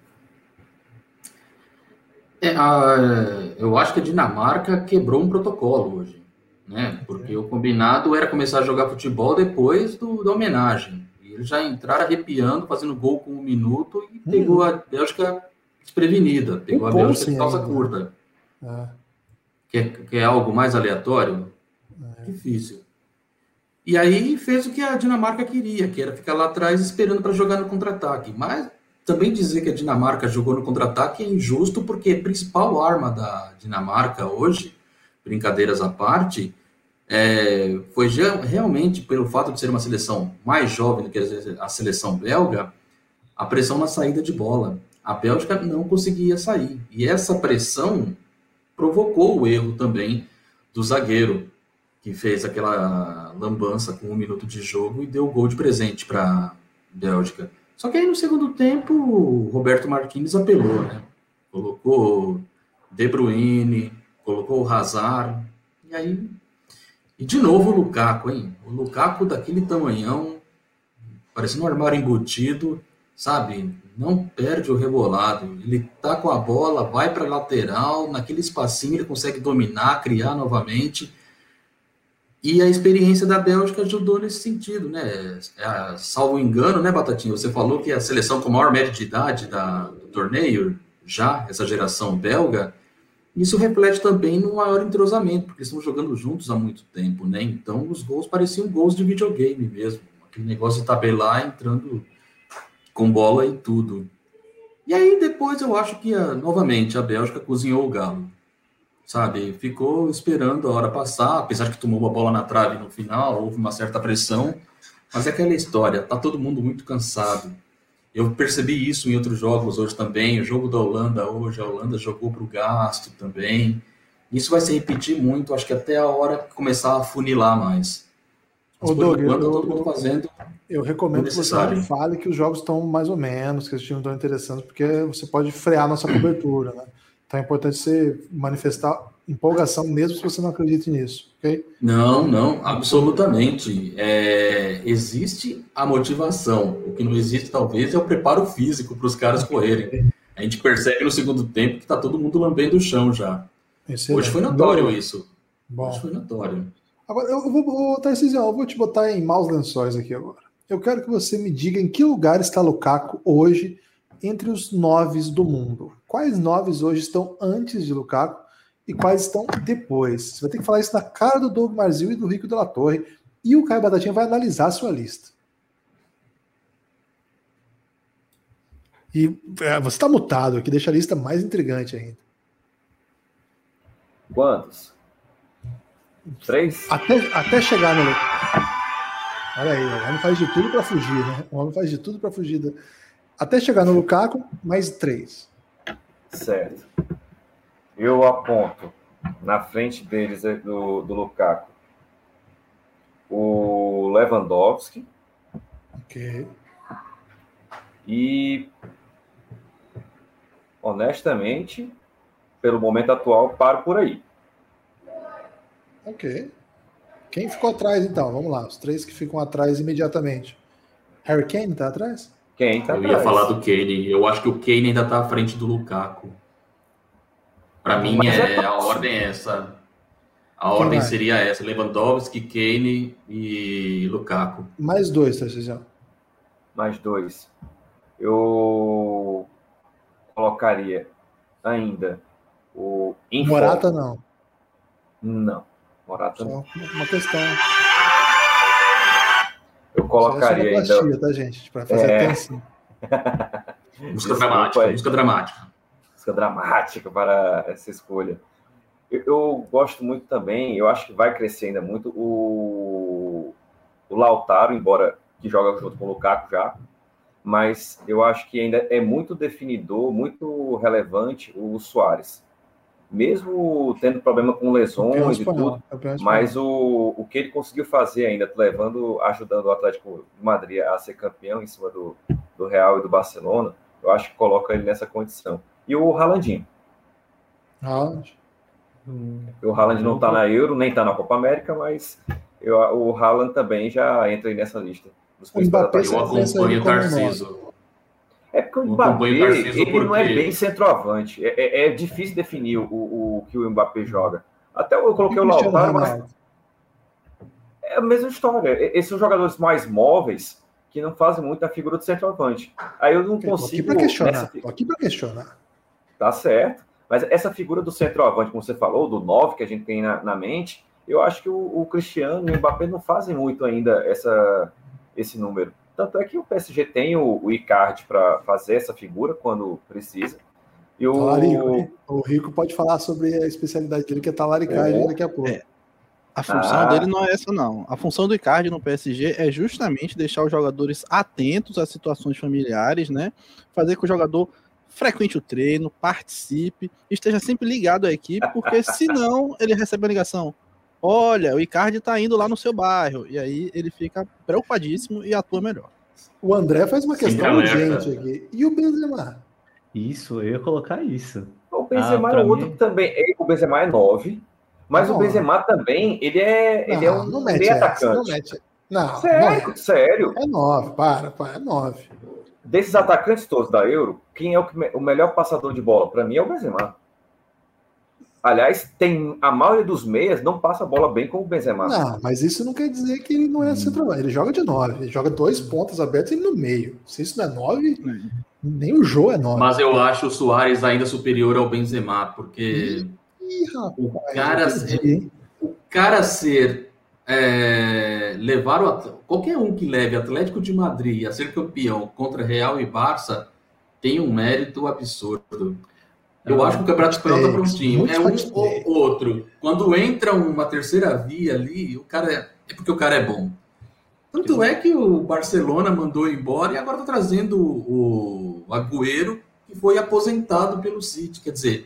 É, a, eu acho que a Dinamarca quebrou um protocolo hoje, né? Porque o combinado era começar a jogar futebol depois do, da homenagem. E eles já entraram arrepiando, fazendo gol com um minuto e pegou hum. a Bélgica desprevenida, pegou um a Bélgica de calça ainda. curta. É. Quer, quer algo mais aleatório? É. Difícil. E aí fez o que a Dinamarca queria, que era ficar lá atrás esperando para jogar no contra-ataque. Mas também dizer que a Dinamarca jogou no contra-ataque é injusto, porque a principal arma da Dinamarca hoje, brincadeiras à parte, é, foi realmente pelo fato de ser uma seleção mais jovem do que a seleção belga, a pressão na saída de bola. A Bélgica não conseguia sair. E essa pressão provocou o erro também do zagueiro, que fez aquela lambança com um minuto de jogo e deu o gol de presente para a Bélgica. Só que aí no segundo tempo, o Roberto Marquinhos apelou, né? Colocou De Bruyne, colocou o Hazard, e aí... E de novo o Lukaku, hein? O Lukaku daquele tamanhão, parecendo um armário embutido, sabe? Não perde o rebolado. Ele tá com a bola, vai para lateral, naquele espacinho ele consegue dominar, criar novamente. E a experiência da Bélgica ajudou nesse sentido, né? É, salvo engano, né, Batatinha? Você falou que a seleção com maior média de idade da, do torneio, já, essa geração belga, isso reflete também no maior entrosamento, porque estão jogando juntos há muito tempo, né? Então os gols pareciam gols de videogame mesmo. Aquele negócio de tabelar entrando com bola e tudo. E aí depois eu acho que, a, novamente, a Bélgica cozinhou o galo. Sabe, ficou esperando a hora passar, apesar de que tomou uma bola na trave no final, houve uma certa pressão, mas é aquela história, tá todo mundo muito cansado. Eu percebi isso em outros jogos hoje também, o jogo da Holanda hoje, a Holanda jogou pro gasto também. Isso vai se repetir muito, acho que até a hora começar a funilar mais. Mas Ô, por Doug, enquanto, eu, todo mundo fazendo eu recomendo que você não fale que os jogos estão mais ou menos, que os times estão interessantes, porque você pode frear a nossa cobertura, né? Então é importante você manifestar empolgação mesmo se você não acredita nisso, ok? Não, não, absolutamente. É, existe a motivação. O que não existe, talvez, é o preparo físico para os caras correrem. A gente percebe no segundo tempo que está todo mundo lambendo o chão já. Excelente. Hoje foi notório isso. Bom. Hoje foi notório. Agora, eu vou, Tarcísio, eu vou te botar em maus lençóis aqui agora. Eu quero que você me diga em que lugar está Lukaku hoje entre os noves do mundo. Quais noves hoje estão antes de Lukaku e quais estão depois? Você vai ter que falar isso na cara do Doug Marzil e do Rico de la Torre, e o Caio Batatinha vai analisar a sua lista. E é, você está mutado aqui, deixa a lista mais intrigante ainda. Quantos? Três? Até, até chegar no... Olha aí, o homem faz de tudo para fugir, né? O homem faz de tudo para fugir. Da... Até chegar no Lukaku, mais três. Certo. Eu aponto na frente deles, do, do Lukaku, o Lewandowski. Ok. E, honestamente, pelo momento atual, paro por aí. Ok. Quem ficou atrás, então? Vamos lá. Os três que ficam atrás imediatamente. Harry Kane tá atrás? Quem tá Eu atrás? ia falar do Kane. Eu acho que o Kane ainda tá à frente do Lukaku. Para mim, Mas é, é a ordem é essa. A Quem ordem vai? seria essa. Lewandowski, Kane e Lukaku. Mais dois, Tarcísio. Mais dois. Eu colocaria ainda o Info. Morata não. Não. Morata Só não. uma questão. Eu colocaria Só ainda... tá, gente? Para fazer É. atenção. Música dramática. Música dramática. Música dramática para essa escolha. Eu, eu gosto muito também, eu acho que vai crescer ainda muito, o, o Lautaro, embora que joga junto com o Lukaku já, mas eu acho que ainda é muito definidor, muito relevante o Suárez. Mesmo tendo problema com lesões e tudo, mas o, o que ele conseguiu fazer ainda, levando, ajudando o Atlético de Madrid a ser campeão em cima do, do Real e do Barcelona, eu acho que coloca ele nessa condição. E o Haalandinho. Haaland. O Haaland não está na Euro, nem está na Copa América, mas eu, o Haaland também já entra aí nessa lista. Dos O Mbappé Eu acompanho o Tarcísio. É porque o Eu Mbappé, acompanho o Tarcísio ele não é porque- bem centroavante. É, é- é difícil definir o, o que o Mbappé joga. Até eu coloquei o Cristiano Lautaro, mas Ronaldo. é a mesma história. Esses são jogadores mais móveis que não fazem muito a figura do centroavante. Aí eu não Tô aqui consigo... para questionar. essa- Tô aqui para questionar. Tá certo. Mas essa figura do centroavante, como você falou, do nove que a gente tem na, na mente, eu acho que o, o Cristiano e o Mbappé não fazem muito ainda essa, esse número. Tanto é que o P S G tem o, o Icardi para fazer essa figura quando precisa. E o... Talarico, hein? O Rico pode falar sobre a especialidade dele, que é talaricagem Oh, daqui a pouco. é. A função Ah. dele não é essa, não. A função do Icardi no P S G é justamente deixar os jogadores atentos às situações familiares, né? Fazer com que o jogador frequente o treino, participe, esteja sempre ligado à equipe, porque senão ele recebe a ligação. Olha, o Icardi tá indo lá no seu bairro. E aí ele fica preocupadíssimo e atua melhor. O André faz uma questão alerta. urgente aqui. E o Benzema? Isso, eu ia colocar isso. O Benzema Ah, é pra outro mim- também. O Benzema é nove, mas Não. o Benzema também, ele é, ele é Não, um não mete meio essa, atacante. não mete. Não, Sério, não sério. é. É nove, para, para, é nove. Desses atacantes todos da Euro, quem é o, que me- o melhor passador de bola? Para mim é o Benzema. Aliás, tem a maioria dos meias não passa a bola bem com o Benzema. Não, mas isso não quer dizer que ele não é centroavante. Ele joga de nove, ele joga dois pontos abertos e ele no meio. Se isso não é nove, nem o Jô é nove. Mas eu acho o Suárez ainda superior ao Benzema, porque Ih, rapaz, o cara, entendi, hein? o cara ser é, levar o Atl- qualquer um que leve Atlético de Madrid a ser campeão contra Real e Barça tem um mérito absurdo. Eu É, acho que o Campeonato Espanhol tá muito prontinho. É um hot ou take. outro. Quando entra uma terceira via ali, o cara é, é porque o cara é bom. Tanto é que o Barcelona mandou embora e agora tá trazendo o Agüero, que foi aposentado pelo City. Quer dizer,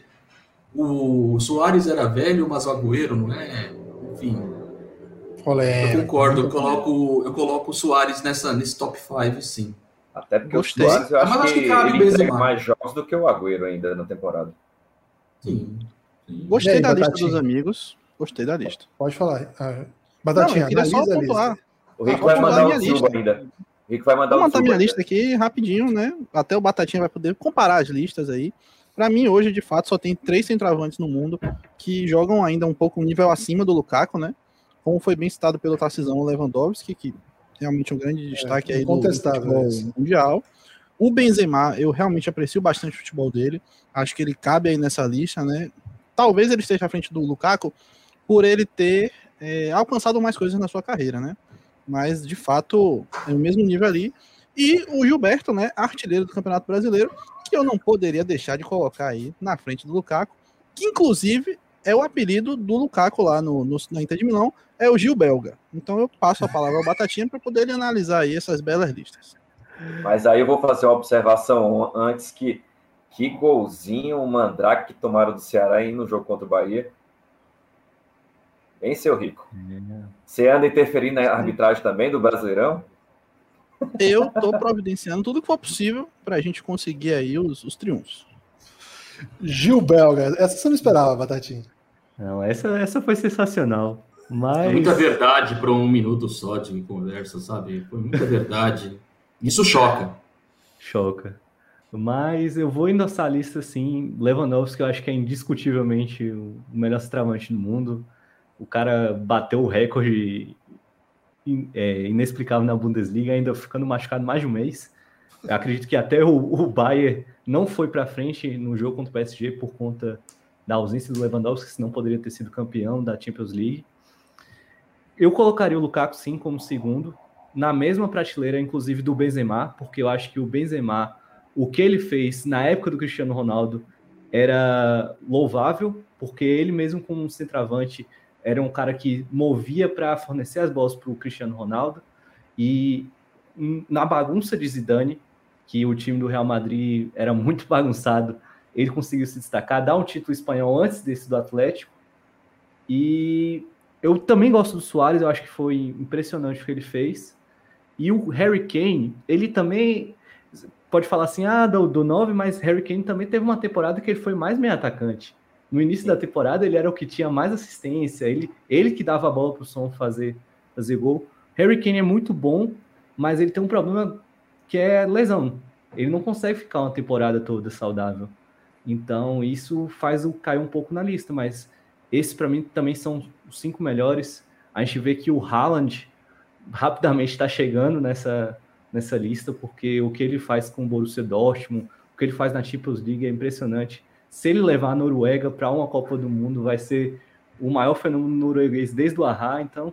o Suárez era velho, mas o Agüero não é. Enfim, eu Polêmico. concordo. Eu coloco, eu coloco o Suárez nessa, nesse top cinco, sim. Até porque Gostei. o Suárez, eu Ah, acho mas acho que, que cabe ele entrega Benzema. mais jogos do que o Agüero ainda na temporada. Sim. sim. Gostei E aí, da lista Batatinha? dos amigos. Gostei da lista. Pode falar. Ah, Não, Batatinha, eu queria só analisa a pontuar. lista. O Rico Ah, vai vou mandar mandar o minha Silva lista. ainda. O Rico vai mandar Vou o montar Silva minha ainda. lista aqui rapidinho, né? Até o Batatinha vai poder comparar as listas aí. Pra mim, hoje, de fato, só tem três centroavantes no mundo que jogam ainda um pouco um nível acima do Lukaku, né? Como foi bem citado pelo Tarcisão Lewandowski, que realmente é um grande destaque aí do, do incontestável futebol isso. mundial. O Benzema, eu realmente aprecio bastante o futebol dele. Acho que ele cabe aí nessa lista, né? Talvez ele esteja à frente do Lukaku por ele ter é, alcançado mais coisas na sua carreira, né? Mas, de fato, é o mesmo nível ali. E o Gilberto, né, artilheiro do Campeonato Brasileiro, que eu não poderia deixar de colocar aí na frente do Lukaku, que inclusive é o apelido do Lukaku lá no, no, na Inter de Milão, é o Gil Belga. Então eu passo a palavra ao Batatinha para poder ele analisar aí essas belas listas. Mas aí eu vou fazer uma observação antes que que golzinho o Mandrake que tomaram do Ceará aí no jogo contra o Bahia. Hein, seu Rico? Você anda interferindo na arbitragem também do Brasileirão? Eu tô providenciando tudo que for possível para a gente conseguir aí os, os triunfos. Gil Belga. Essa você não esperava, Batatinha. Não, essa, essa foi sensacional. Mas... É muita verdade para um minuto só de conversa, sabe? Foi muita verdade. Isso choca. Choca. Mas eu vou endossar a lista, assim. Lewandowski, eu acho que é indiscutivelmente o melhor centroavante do mundo. O cara bateu o recorde in, é, inexplicável na Bundesliga, ainda ficando machucado mais de um mês. Eu acredito que até o, o Bayern não foi para frente no jogo contra o P S G por conta da ausência do Lewandowski, senão poderia ter sido campeão da Champions League. Eu colocaria o Lukaku, sim, como segundo, na mesma prateleira, inclusive, do Benzema, porque eu acho que o Benzema, o que ele fez na época do Cristiano Ronaldo era louvável, porque ele mesmo como um centroavante era um cara que movia para fornecer as bolas para o Cristiano Ronaldo, e na bagunça de Zidane, que o time do Real Madrid era muito bagunçado, ele conseguiu se destacar, dar um título espanhol antes desse do Atlético, e eu também gosto do Suárez, eu acho que foi impressionante o que ele fez, e o Harry Kane, ele também pode falar assim, ah, do, do nove, mas Harry Kane também teve uma temporada que ele foi mais meio atacante. No início da temporada, ele era o que tinha mais assistência, ele, ele que dava a bola para o Son fazer, fazer gol. Harry Kane é muito bom, mas ele tem um problema que é lesão. Ele não consegue ficar uma temporada toda saudável. Então, isso faz o cair um pouco na lista, mas esses, para mim, também são os cinco melhores. A gente vê que o Haaland rapidamente está chegando nessa, nessa lista, porque o que ele faz com o Borussia Dortmund, o que ele faz na Champions League é impressionante. Se ele levar a Noruega para uma Copa do Mundo, vai ser o maior fenômeno norueguês desde o Ahá, então...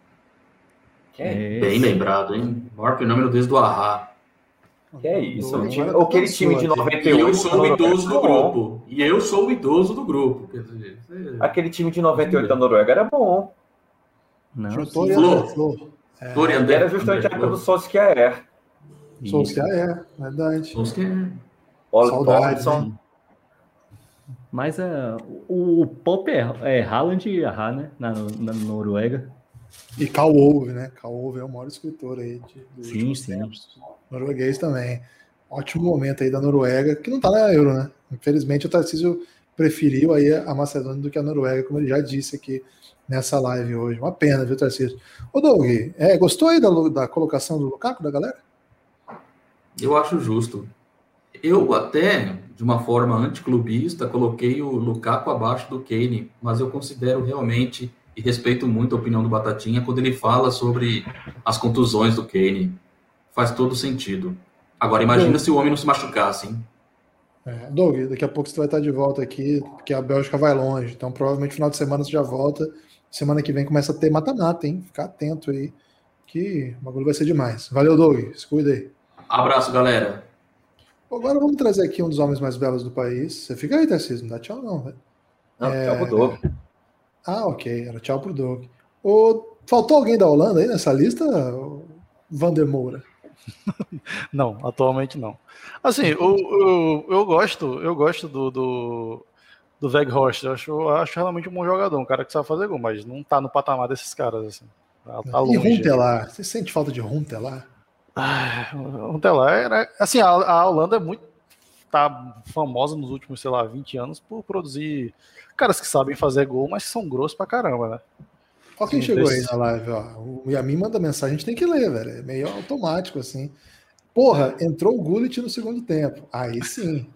É, Bem lembrado, hein? O maior fenômeno desde o Ahá. que é isso? Agora O time, tá aquele sua time de aqui. noventa E e oito... eu sou o idoso do era bom. grupo. E eu sou o idoso do grupo. Quer dizer, você- Aquele time de noventa e oito da Noruega era bom. Não, Juntou sim. e Flor. Flor. É, Florian E era justamente a época do Solskjaer. Solskjaer, é, verdade. Solskjaer. Saudades, Thornton. hein? Mas uh, o, o Pop é, é Haaland e Aha, né? Na, na Noruega. E Karl Ove, né? Karl Ove é o maior escritor aí de, dos Sim, últimos sim. tempos. Norueguês também. Ótimo momento aí da Noruega, que não tá na Euro, né? Infelizmente o Tarcísio preferiu aí a Macedônia do que a Noruega, como ele já disse aqui nessa live hoje. Uma pena, viu, Tarcísio? Ô, Doug, é, gostou aí da, da colocação do Lukaku, da galera? Eu acho justo. Eu até, de uma forma anticlubista, coloquei o Lukaku abaixo do Kane, mas eu considero realmente, e respeito muito a opinião do Batatinha, quando ele fala sobre as contusões do Kane. Faz todo sentido. Agora, imagina Doug, se o homem não se machucasse, hein? É, Doug, daqui a pouco você vai estar de volta aqui, porque a Bélgica vai longe, então provavelmente no final de semana você já volta. Semana que vem começa a ter mata-mata, hein? Fica atento aí, que o bagulho vai ser demais. Valeu, Doug, se cuida aí. Abraço, galera. Agora vamos trazer aqui um dos homens mais belos do país. Você fica aí, Tarcísio, não dá tchau não, velho. Não, é... tchau pro Doug. Ah, ok, era tchau pro Doug. O... Faltou alguém da Holanda aí nessa lista, Vander Moura? Não, atualmente não. Assim, eu, eu, eu gosto, eu gosto do, do, do Weghorst, eu acho, eu acho realmente um bom jogador, um cara que sabe fazer gol, mas não tá no patamar desses caras, assim. Tá, tá longe. E Huntelaar? Você sente falta de Huntelaar? Ah, Huntelaar era, assim, a, a Holanda é muito, tá famosa nos últimos, sei lá, vinte anos por produzir caras que sabem fazer gol, mas são grossos pra caramba, né? Olha quem chegou aí na live, ó. O Yamin manda mensagem, a gente tem que ler, velho. É meio automático, assim. Porra, entrou o Gullit no segundo tempo. Aí sim.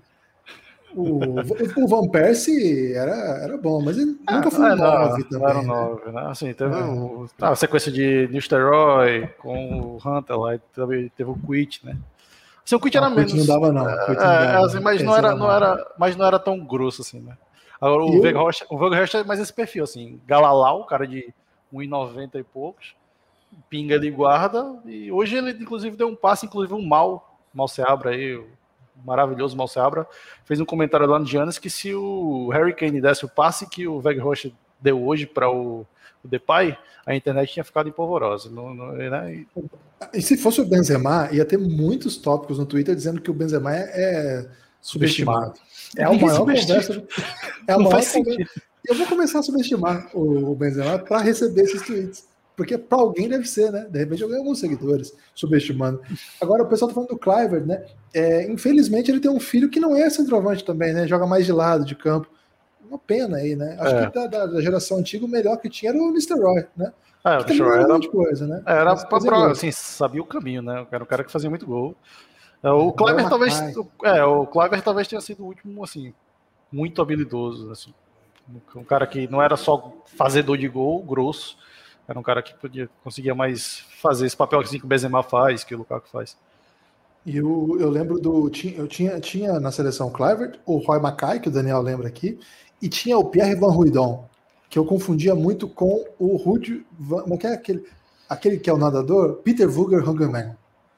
O, o Van Persie era, era bom, mas ele ah, nunca foi um nove também. Era um nove, né? Assim, teve é. o, a sequência de Nistelrooy com o Hunter lá, e teve, teve o Quit, né? Assim, o Quit era o menos. Não dava, não. É, não dava, assim, mas, não era, não era, mas não era tão grosso, assim, né? Agora, o Weghorst, o Weghorst é mais esse perfil, assim. Galalau, cara de um e noventa e poucos, pinga de guarda, e hoje ele inclusive deu um passe, inclusive um mal, mal se abra aí, o maravilhoso mal se abra, fez um comentário lá no Giannis que se o Harry Kane desse o passe que o Weghorst deu hoje para o, o Depay, a internet tinha ficado empolvorosa. Não, não, né? e... e se fosse o Benzema, ia ter muitos tópicos no Twitter dizendo que o Benzema é, é subestimado. É a maior conversa. É a não maior faz conversa. sentido. Eu vou começar a subestimar o Benzema para receber esses tweets. Porque para alguém deve ser, né? De repente eu ganho alguns seguidores subestimando. Agora o pessoal tá falando do Kluivert, né? É, infelizmente ele tem um filho que não é centroavante também, né? Joga mais de lado, de campo. Uma pena aí, né? Acho é. que da, da, da geração antiga o melhor que tinha era o Nistelrooy, né? É, o Nistelrooy era de coisa, né? Era pra, assim, sabia o caminho, né? Era um cara que fazia muito gol. O Kluivert talvez, é, o Kluivert talvez tenha sido o último, assim, muito habilidoso, assim. Um cara que não era só fazedor de gol, grosso, era um cara que podia, conseguia mais fazer esse papel assim, que o Benzema faz, que o Lukaku faz. E o, eu lembro do. Eu tinha, tinha na seleção Kluivert, o Roy Mackay, que o Daniel lembra aqui, e tinha o Pierre Van Hooijdonk, que eu confundia muito com o Ruud. Como é que é aquele, aquele que é o nadador? Peter Vogler Hungerman.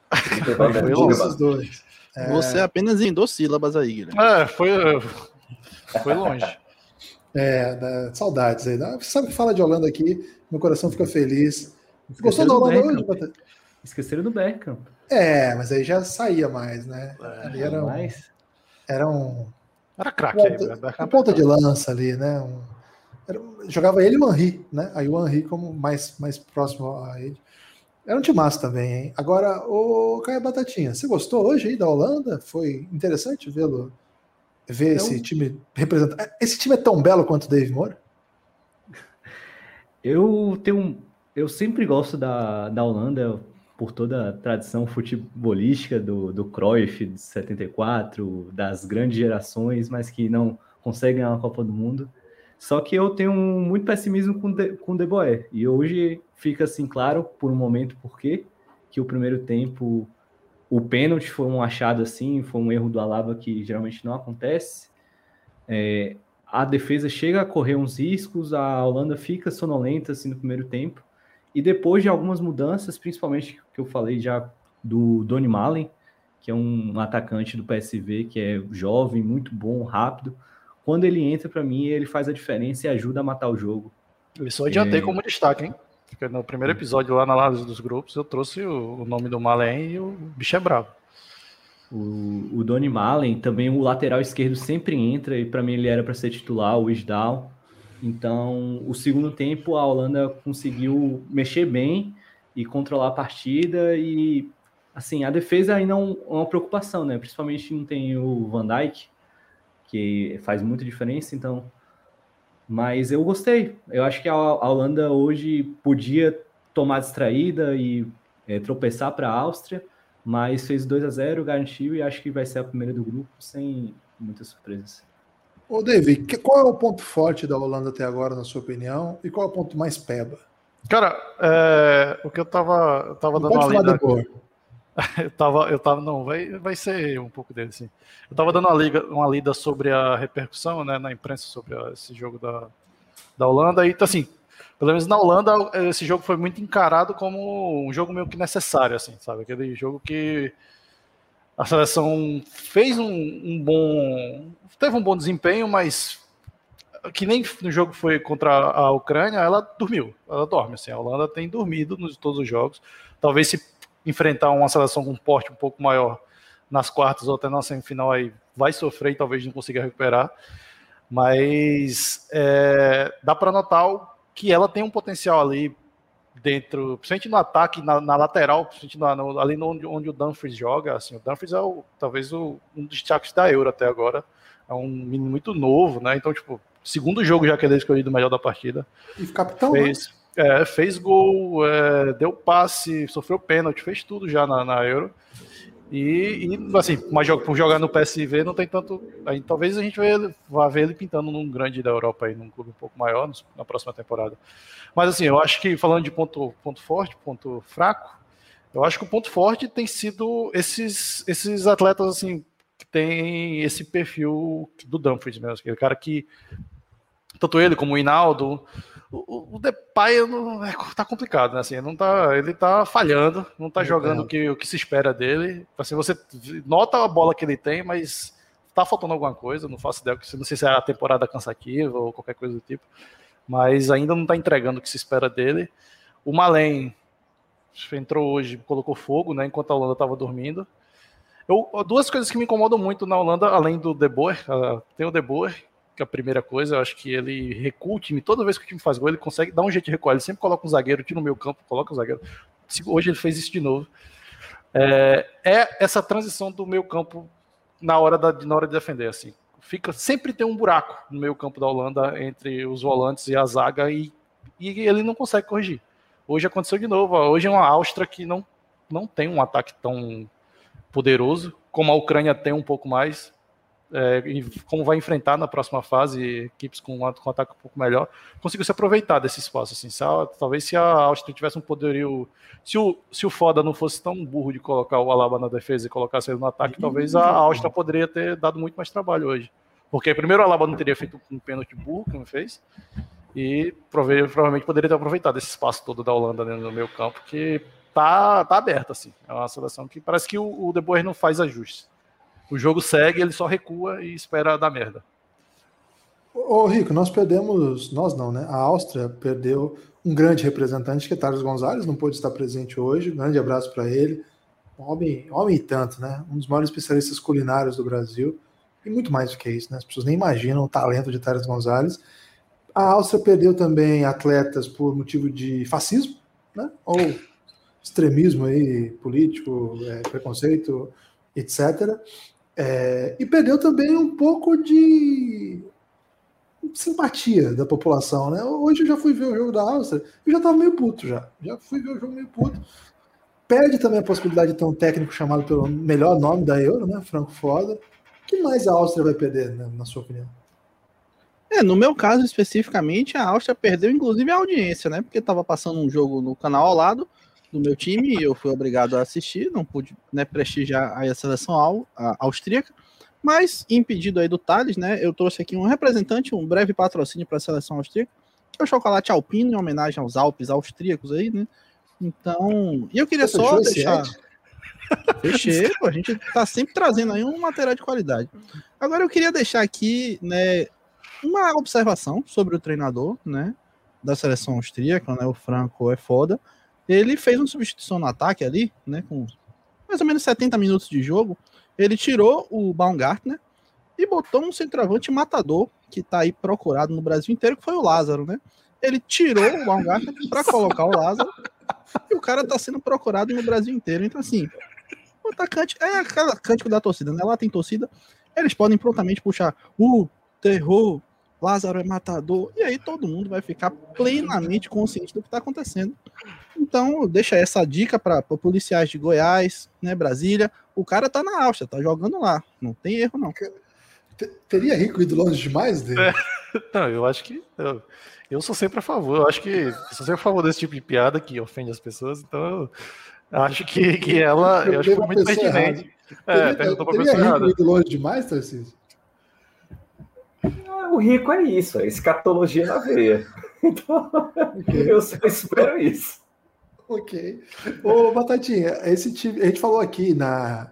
Esses dois. É... Você apenas em duas sílabas aí, Guilherme. É, foi, foi longe. É, da, saudades aí. Você sabe que fala de Holanda aqui, meu coração fica feliz. Gostou da Holanda hoje, Bata? Esqueceram do Beckham. É, mas aí já saía mais, né? É, ali era um, mais. Era um. Era craque aí, um ponta de lança ali, né? Um, era, jogava ele e o Henry, né? Aí o Henry como mais, mais próximo a ele. Era um timaço também, hein? Agora, o Caio Batatinha, você gostou hoje aí da Holanda? Foi interessante vê-lo? Ver esse eu... time representando. Esse time é tão belo quanto o Dave Moura? Eu tenho. Eu sempre gosto da, da Holanda por toda a tradição futebolística do, do Cruyff de setenta e quatro, das grandes gerações, mas que não conseguem ganhar a Copa do Mundo. Só que eu tenho muito pessimismo com de, com o De Boer. E hoje fica assim claro, por um momento, por quê? Que o primeiro tempo. O pênalti foi um achado assim, foi um erro do Alaba que geralmente não acontece. É, a defesa chega a correr uns riscos, a Holanda fica sonolenta assim, no primeiro tempo. E depois de algumas mudanças, principalmente que eu falei já do Donny Malen, que é um atacante do P S V, que é jovem, muito bom, rápido. Quando ele entra, para mim, ele faz a diferença e ajuda a matar o jogo. Eu só adiantei é... como destaque, hein? Porque no primeiro episódio, lá na análise dos grupos, eu trouxe o, o nome do Malen e o bicho é bravo. O, o Donny Malen, também o lateral esquerdo sempre entra, e para mim ele era para ser titular, o Wisdal. Então, o segundo tempo, a Holanda conseguiu mexer bem e controlar a partida, e assim, a defesa ainda é um, uma preocupação, né? Principalmente não tem o Van Dijk, que faz muita diferença, então... Mas eu gostei. Eu acho que a, a Holanda hoje podia tomar distraída e é, tropeçar para a Áustria, mas fez dois a zero, garantiu, e acho que vai ser a primeira do grupo, sem muitas surpresas. Ô, David, que, qual é o ponto forte da Holanda até agora, na sua opinião, e qual é o ponto mais peba? Cara, é, o que eu tava, eu tava Não dando pode uma falar lida... de boa. Eu tava, eu tava, não, vai, vai ser um pouco dele, sim. Eu tava dando uma, liga, uma lida sobre a repercussão, né, na imprensa sobre a, esse jogo da, da Holanda, e assim, pelo menos na Holanda, esse jogo foi muito encarado como um jogo meio que necessário, assim, sabe? Aquele jogo que a seleção fez um, um bom, teve um bom desempenho, mas que nem no jogo foi contra a Ucrânia, ela dormiu, ela dorme, assim, a Holanda tem dormido nos todos os jogos, talvez se enfrentar uma seleção com um porte um pouco maior nas quartas ou até na semifinal, aí vai sofrer e talvez não consiga recuperar, mas é, dá para notar que ela tem um potencial ali dentro, principalmente no ataque, na, na lateral, principalmente na, no, ali no, onde, onde o Dumfries joga, assim, o Dumfries é o, talvez o, um dos destaques da Euro até agora, é um menino muito novo, né, então tipo, segundo jogo já que ele é escolhido o melhor da partida. E capitão, fez, né? É, fez gol, é, deu passe, sofreu pênalti, fez tudo já na, na Euro. E, e assim, mas por jogar no P S V não tem tanto. Aí, talvez a gente vá, ele, vá ver ele pintando num grande da Europa, aí, num clube um pouco maior na próxima temporada. Mas assim, eu acho que falando de ponto, ponto forte, ponto fraco, eu acho que o ponto forte tem sido esses, esses atletas assim, que tem esse perfil do Dumfries mesmo, aquele cara que, tanto ele como o Hinaldo. O, o Depay não, é, tá complicado, né? Assim, não tá, ele tá falhando, não tá jogando o que, o que se espera dele. Assim, você nota a bola que ele tem, mas tá faltando alguma coisa, não faço ideia, não sei se é a temporada cansativa ou qualquer coisa do tipo, mas ainda não tá entregando o que se espera dele. O Malen entrou hoje, colocou fogo, né? Enquanto a Holanda tava dormindo. Eu, duas coisas que me incomodam muito na Holanda, além do De Boer, tem o De Boer, que é a primeira coisa, eu acho que ele recua o time, toda vez que o time faz gol, ele consegue dar um jeito de recuar, ele sempre coloca um zagueiro, tira no meio campo, coloca o zagueiro, hoje ele fez isso de novo, é, é essa transição do meio campo na hora, da, na hora de defender, assim, fica, sempre tem um buraco no meio campo da Holanda, entre os volantes e a zaga, e, e ele não consegue corrigir. Hoje aconteceu de novo, hoje é uma Áustria que não, não tem um ataque tão poderoso, como a Ucrânia tem um pouco mais, É, e como vai enfrentar na próxima fase equipes com um, com um ataque um pouco melhor, conseguiu se aproveitar desse espaço. Assim, se a, talvez se a Áustria tivesse um poderio, se o, se o Foda não fosse tão burro de colocar o Alaba na defesa e colocar ele no ataque, talvez a Áustria poderia ter dado muito mais trabalho hoje. Porque primeiro o Alaba não teria feito um pênalti burro, que não fez, e prove, provavelmente poderia ter aproveitado esse espaço todo da Holanda dentro do meio campo, que tá, tá aberto. Assim. É uma seleção que parece que o, o De Boer não faz ajustes. O jogo segue, ele só recua e espera dar merda. Ô, Rico, nós perdemos, nós não, né? A Áustria perdeu um grande representante, que é Thales Gonzalez, não pôde estar presente hoje. Um grande abraço para ele. Homem, homem e tanto, né? Um dos maiores especialistas culinários do Brasil. E muito mais do que isso, né? As pessoas nem imaginam o talento de Thales Gonzalez. A Áustria perdeu também atletas por motivo de fascismo, né? Ou extremismo aí, político, é, preconceito, etcétera. É, e perdeu também um pouco de simpatia da população, né? Hoje eu já fui ver o jogo da Áustria e já estava meio puto já. Já fui ver o jogo meio puto. Perde também a possibilidade de ter um técnico chamado pelo melhor nome da Euro, né? Franco Foda. O que mais a Áustria vai perder, né, na sua opinião? É, no meu caso especificamente, a Áustria perdeu inclusive a audiência, né? Porque estava passando um jogo no canal ao lado do meu time e eu fui obrigado a assistir, não pude, né, prestigiar a seleção au, a, austríaca, mas impedido aí do Thales, né, eu trouxe aqui um representante, um breve patrocínio para a seleção austríaca, que é o chocolate alpino, em homenagem aos Alpes austríacos aí, né, então, e eu queria Você só deixar... Fechei, pô, a gente tá sempre trazendo aí um material de qualidade. Agora eu queria deixar aqui, né, uma observação sobre o treinador, né, da seleção austríaca, né, o Franco é foda, ele fez uma substituição no ataque ali, né, com mais ou menos setenta minutos de jogo, ele tirou o Baumgartner e botou um centroavante matador, que tá aí procurado no Brasil inteiro, que foi o Lázaro, né? Ele tirou o Baumgartner para colocar o Lázaro, e o cara tá sendo procurado no Brasil inteiro. Então, assim, o atacante é aquela cântico da torcida, né? Lá tem torcida, eles podem prontamente puxar o uh, terror, Lázaro é matador, e aí todo mundo vai ficar plenamente consciente do que tá acontecendo. Então, deixa essa dica para policiais de Goiás, né, Brasília. O cara tá na Áustria, tá jogando lá, não tem erro, não. Teria Rico ido longe demais dele? É, não, eu acho que... Eu... Eu sou sempre a favor, eu acho que eu sou sempre a favor desse tipo de piada que ofende as pessoas, então eu acho que, que ela eu acho que foi muito pertinente. É, perguntou pra pessoa errada. Ido longe demais, Tarcísio? O Rico é isso, é escatologia na veia. Então, okay. Eu só espero isso. Ok. Ô, Batatinha, esse time, a gente falou aqui na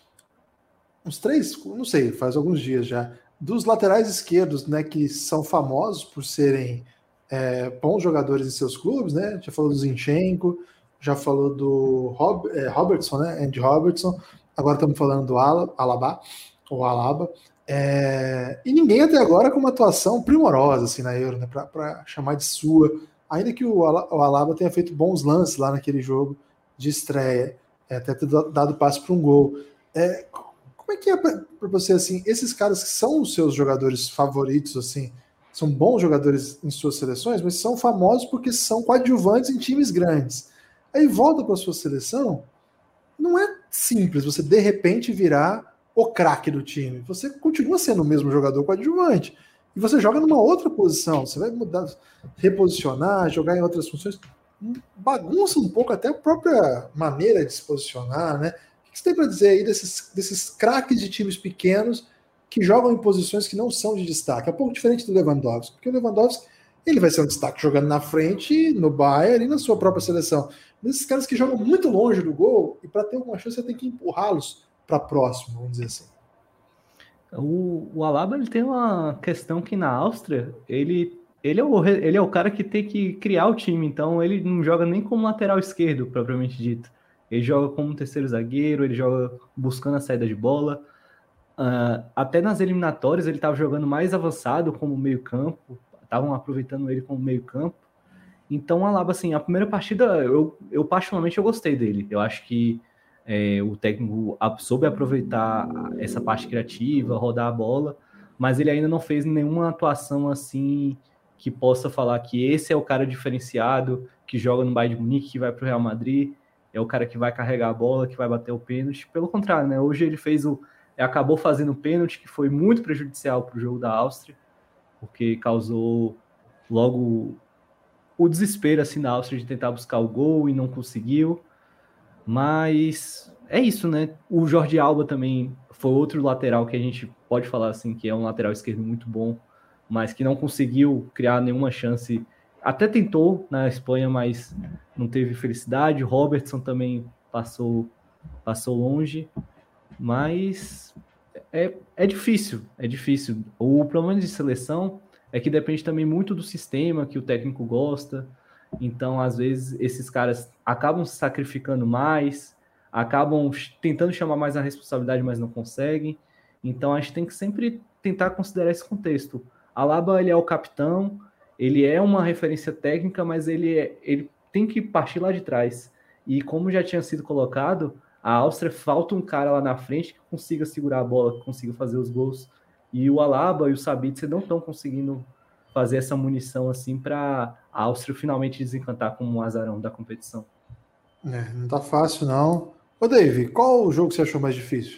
uns três, não sei, faz alguns dias já, dos laterais esquerdos, né, que são famosos por serem É, bons jogadores em seus clubes, né? Já falou do Zinchenko, já falou do Rob, é, Robertson, né? Andy Robertson. Agora estamos falando do Ala, Alaba, ou Alaba. É, e ninguém até agora com uma atuação primorosa assim na Euro, né? Para chamar de sua. Ainda que o, Ala, o Alaba tenha feito bons lances lá naquele jogo de estreia, é, até ter dado passe para um gol. É, como é que é para você assim? Esses caras que são os seus jogadores favoritos, assim? São bons jogadores em suas seleções, mas são famosos porque são coadjuvantes em times grandes. Aí volta para a sua seleção, não é simples você de repente virar o craque do time. Você continua sendo o mesmo jogador coadjuvante. E você joga numa outra posição. Você vai mudar, reposicionar, jogar em outras funções. Bagunça um pouco até a própria maneira de se posicionar, né? O que você tem para dizer aí desses, desses craques de times pequenos que jogam em posições que não são de destaque? É um pouco diferente do Lewandowski, porque o Lewandowski ele vai ser um destaque jogando na frente, no Bayern e na sua própria seleção. Mas esses caras que jogam muito longe do gol, e para ter alguma chance você tem que empurrá-los para próximo, vamos dizer assim. O, o Alaba ele tem uma questão que na Áustria, ele, ele, é o, ele é o cara que tem que criar o time, então ele não joga nem como lateral esquerdo, propriamente dito. Ele joga como terceiro zagueiro, ele joga buscando a saída de bola. Uh, até nas eliminatórias ele estava jogando mais avançado como meio campo, estavam aproveitando ele como meio campo. Então o Alaba, assim, a primeira partida eu, eu particularmente eu gostei dele, eu acho que é, o técnico soube aproveitar essa parte criativa, rodar a bola, mas ele ainda não fez nenhuma atuação assim que possa falar que esse é o cara diferenciado, que joga no Bayern de Munique, que vai para o Real Madrid, é o cara que vai carregar a bola, que vai bater o pênalti. Pelo contrário, né? Hoje ele fez o acabou fazendo um pênalti que foi muito prejudicial para o jogo da Áustria, porque causou logo o desespero assim, na Áustria de tentar buscar o gol e não conseguiu. Mas é isso, né? O Jordi Alba também foi outro lateral que a gente pode falar assim, que é um lateral esquerdo muito bom, mas que não conseguiu criar nenhuma chance. Até tentou na Espanha, mas não teve felicidade. O Robertson também passou, passou longe. Mas é, é difícil, é difícil. O problema de seleção é que depende também muito do sistema que o técnico gosta. Então, às vezes, esses caras acabam se sacrificando mais, acabam tentando chamar mais a responsabilidade, mas não conseguem. Então, a gente tem que sempre tentar considerar esse contexto. Alaba, ele é o capitão, ele é uma referência técnica, mas ele, é, ele tem que partir lá de trás. E como já tinha sido colocado, a Áustria falta um cara lá na frente que consiga segurar a bola, que consiga fazer os gols. E o Alaba e o Sabitzer não estão conseguindo fazer essa munição assim para a Áustria finalmente desencantar como um azarão da competição. É, não tá fácil, não. Ô, Dave, qual o jogo que você achou mais difícil?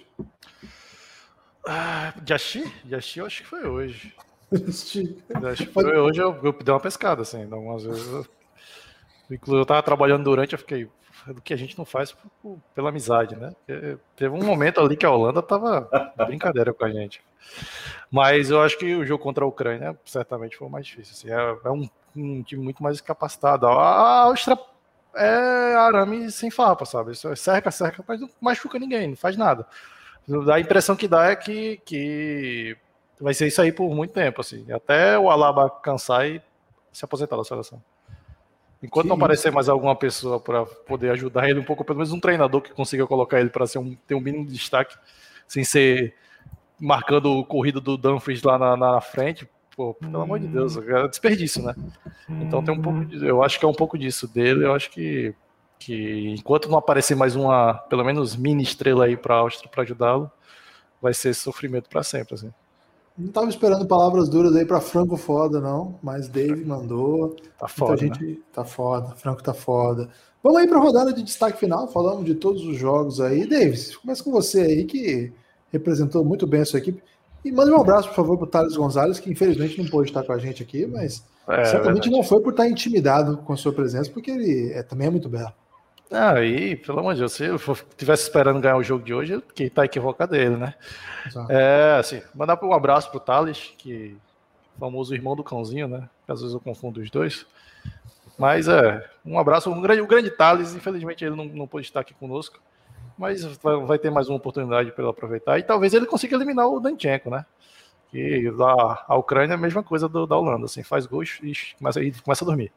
Ah, Jaxi? Jaxi eu acho que foi hoje. Acho que foi hoje eu, eu dei uma pescada, assim. Algumas vezes eu, inclusive, eu tava trabalhando durante, eu fiquei... do que a gente não faz por, por, pela amizade, né? Porque teve um momento ali que a Holanda tava brincadeira com a gente. Mas eu acho que o jogo contra a Ucrânia certamente foi o mais difícil. Assim, é é um, um time muito mais capacitado. A Áustria é arame sem farpa, sabe? Isso é cerca, cerca, mas não machuca ninguém, não faz nada. A impressão que dá é que, que vai ser isso aí por muito tempo, assim. Até o Alaba cansar e se aposentar da seleção. Enquanto não aparecer mais alguma pessoa para poder ajudar ele um pouco, pelo menos um treinador que consiga colocar ele para ser um, ter um mínimo de destaque, sem ser marcando o corrido do Dumfries lá na, na frente, pô, pelo hum. amor de Deus, é desperdício, né? Então tem um pouco, de, eu acho que é um pouco disso dele, eu acho que, que enquanto não aparecer mais uma, pelo menos mini estrela aí para a Áustria para ajudá-lo, vai ser sofrimento para sempre, assim. Não estava esperando palavras duras aí para Franco foda, não, mas Dave mandou. Tá foda, gente né? Tá foda, Franco tá foda. Vamos aí para a rodada de destaque final, falamos de todos os jogos aí. Davis, começa com você aí, que representou muito bem a sua equipe. E manda um abraço, por favor, para o Thales Gonzalez, que infelizmente não pôde estar com a gente aqui, mas é, certamente é não foi por estar intimidado com a sua presença, porque ele é, também é muito belo. Ah, e, pelo amor de Deus, se eu estivesse esperando ganhar o jogo de hoje, que tá equivocado ele, né? Exato. É, assim, mandar um abraço pro Thales, que é o famoso irmão do cãozinho, né? Às vezes eu confundo os dois. Mas é, um abraço, um grande, o grande Thales, infelizmente ele não, não pôde estar aqui conosco, mas vai, vai ter mais uma oportunidade para ele aproveitar, e talvez ele consiga eliminar o Danchenko, né? Que a, a Ucrânia é a mesma coisa do, da Holanda, assim, faz gols e começa, e começa a dormir.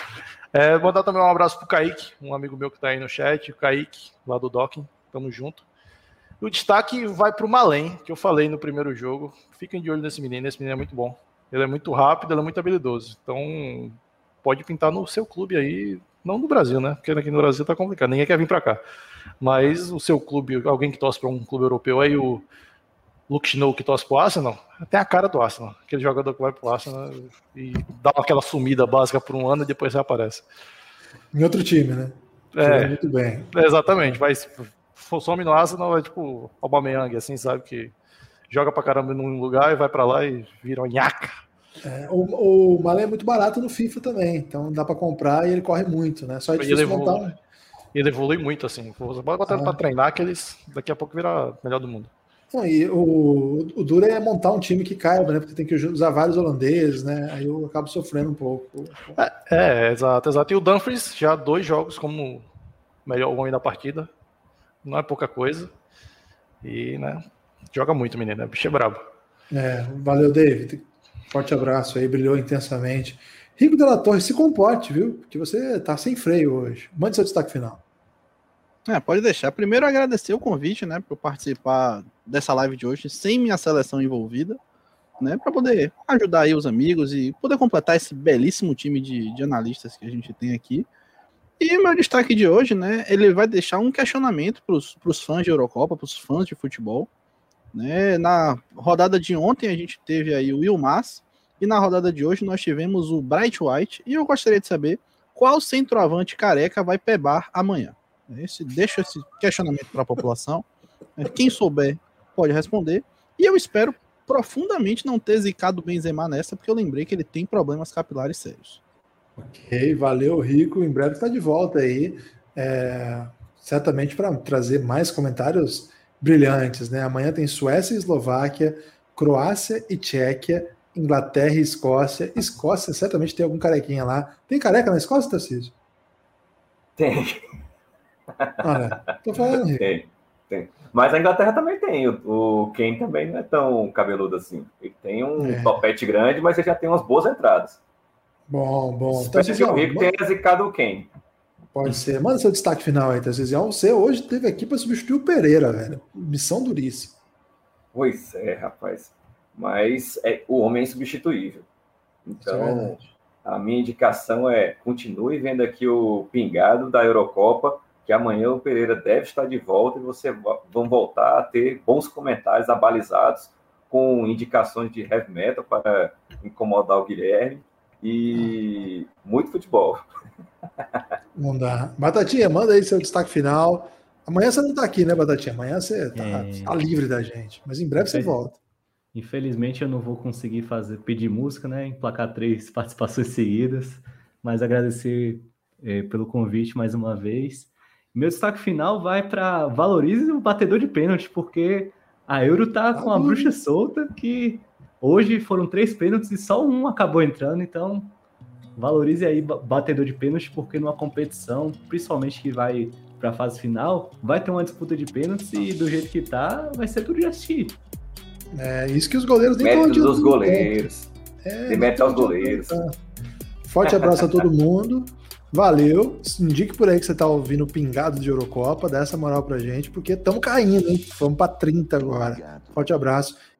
É, vou dar também um abraço pro Kaique, um amigo meu que tá aí no chat, o Kaique, lá do Docking, tamo junto. E o destaque vai pro Malen, que eu falei no primeiro jogo. Fiquem de olho nesse menino, esse menino é muito bom. Ele é muito rápido, ele é muito habilidoso. Então, pode pintar no seu clube aí, não no Brasil, né? Porque aqui no Brasil tá complicado, ninguém quer vir pra cá. Mas o seu clube, alguém que torce pra um clube europeu aí, o Luke Snow que torce pro Arsenal, tem a cara do Arsenal. Aquele jogador que vai pro Arsenal e dá aquela sumida básica por um ano e depois reaparece. Em outro time, né? É, muito bem. Exatamente. Vai, some no Arsenal, é tipo Aubameyang, assim, sabe? Que joga pra caramba num lugar e vai pra lá e vira uma nhaca. É, o, o Malé é muito barato no FIFA também, então dá pra comprar e ele corre muito, né? Só é difícil ele montar evolui, um... ele evolui muito, assim. Você pode botar ah. ele pra treinar que eles daqui a pouco viram melhor do mundo. Não, e o, o duro é montar um time que caiba, né? Porque tem que usar vários holandeses, né? Aí eu acabo sofrendo um pouco. É, é, exato, exato. E o Dumfries, já dois jogos como melhor homem da partida. Não é pouca coisa. E, né, joga muito, menino. O bicho é brabo. É, valeu, David. Forte abraço aí, brilhou intensamente. Rico de la Torre, se comporte, viu? Porque você tá sem freio hoje. Mande seu destaque final. É, pode deixar. Primeiro, agradecer o convite, né, para participar dessa live de hoje, sem minha seleção envolvida, né, para poder ajudar aí os amigos e poder completar esse belíssimo time de, de analistas que a gente tem aqui. E meu destaque de hoje, né, ele vai deixar um questionamento para os fãs de Eurocopa, para os fãs de futebol, né. Na rodada de ontem a gente teve aí o Yilmaz, e na rodada de hoje nós tivemos o Bright White, e eu gostaria de saber qual centroavante careca vai pebar amanhã. Esse, deixa esse questionamento para a população. Quem souber pode responder. E eu espero profundamente não ter zicado o Benzema nessa, porque eu lembrei que ele tem problemas capilares sérios. Ok, valeu, Rico. Em breve está de volta aí. É, certamente para trazer mais comentários brilhantes, né? Amanhã tem Suécia e Eslováquia, Croácia e Tchequia, Inglaterra e Escócia. Escócia certamente tem algum carequinha lá. Tem careca na Escócia, Tarcísio? Tem. Olha, tô falando, Rico. Tem, tem. Mas a Inglaterra também tem. O, o Kane também não é tão cabeludo assim. Ele tem um é. topete grande, mas ele já tem umas boas entradas. Bom, bom. Tarcísio, o Rico tem zicado o Kane. Pode ser. Manda seu destaque final aí, Tarcísio. Você hoje teve aqui para substituir o Pereira, velho. Missão duríssima. Pois é, rapaz. Mas é, o homem é insubstituível. Então, a minha indicação é continue vendo aqui o Pingado da Eurocopa, que amanhã o Pereira deve estar de volta e vocês vão voltar a ter bons comentários abalizados com indicações de heavy metal para incomodar o Guilherme e muito futebol. Não dá. Batatinha, manda aí seu destaque final. Amanhã você não está aqui, né, Batatinha? Amanhã você está é... tá livre da gente, mas em breve você volta. Infelizmente eu não vou conseguir fazer, pedir música, né? Emplacar três participações seguidas, mas agradecer é, pelo convite mais uma vez. Meu destaque final vai para valorize o batedor de pênalti, porque a Euro tá com a bruxa solta, que hoje foram três pênaltis e só um acabou entrando, então valorize aí batedor de pênalti, porque numa competição, principalmente que vai para a fase final, vai ter uma disputa de pênaltis e do jeito que tá, vai ser tudo de assistir. É isso que os goleiros nem estão adiantando. Méritos dos goleiros. É, se mete aos goleiros. Forte abraço a todo mundo. Valeu. Indique por aí que você tá ouvindo Pingado de Eurocopa. Dá essa moral pra gente, porque estamos caindo, hein? Vamos pra trinta agora. Forte abraço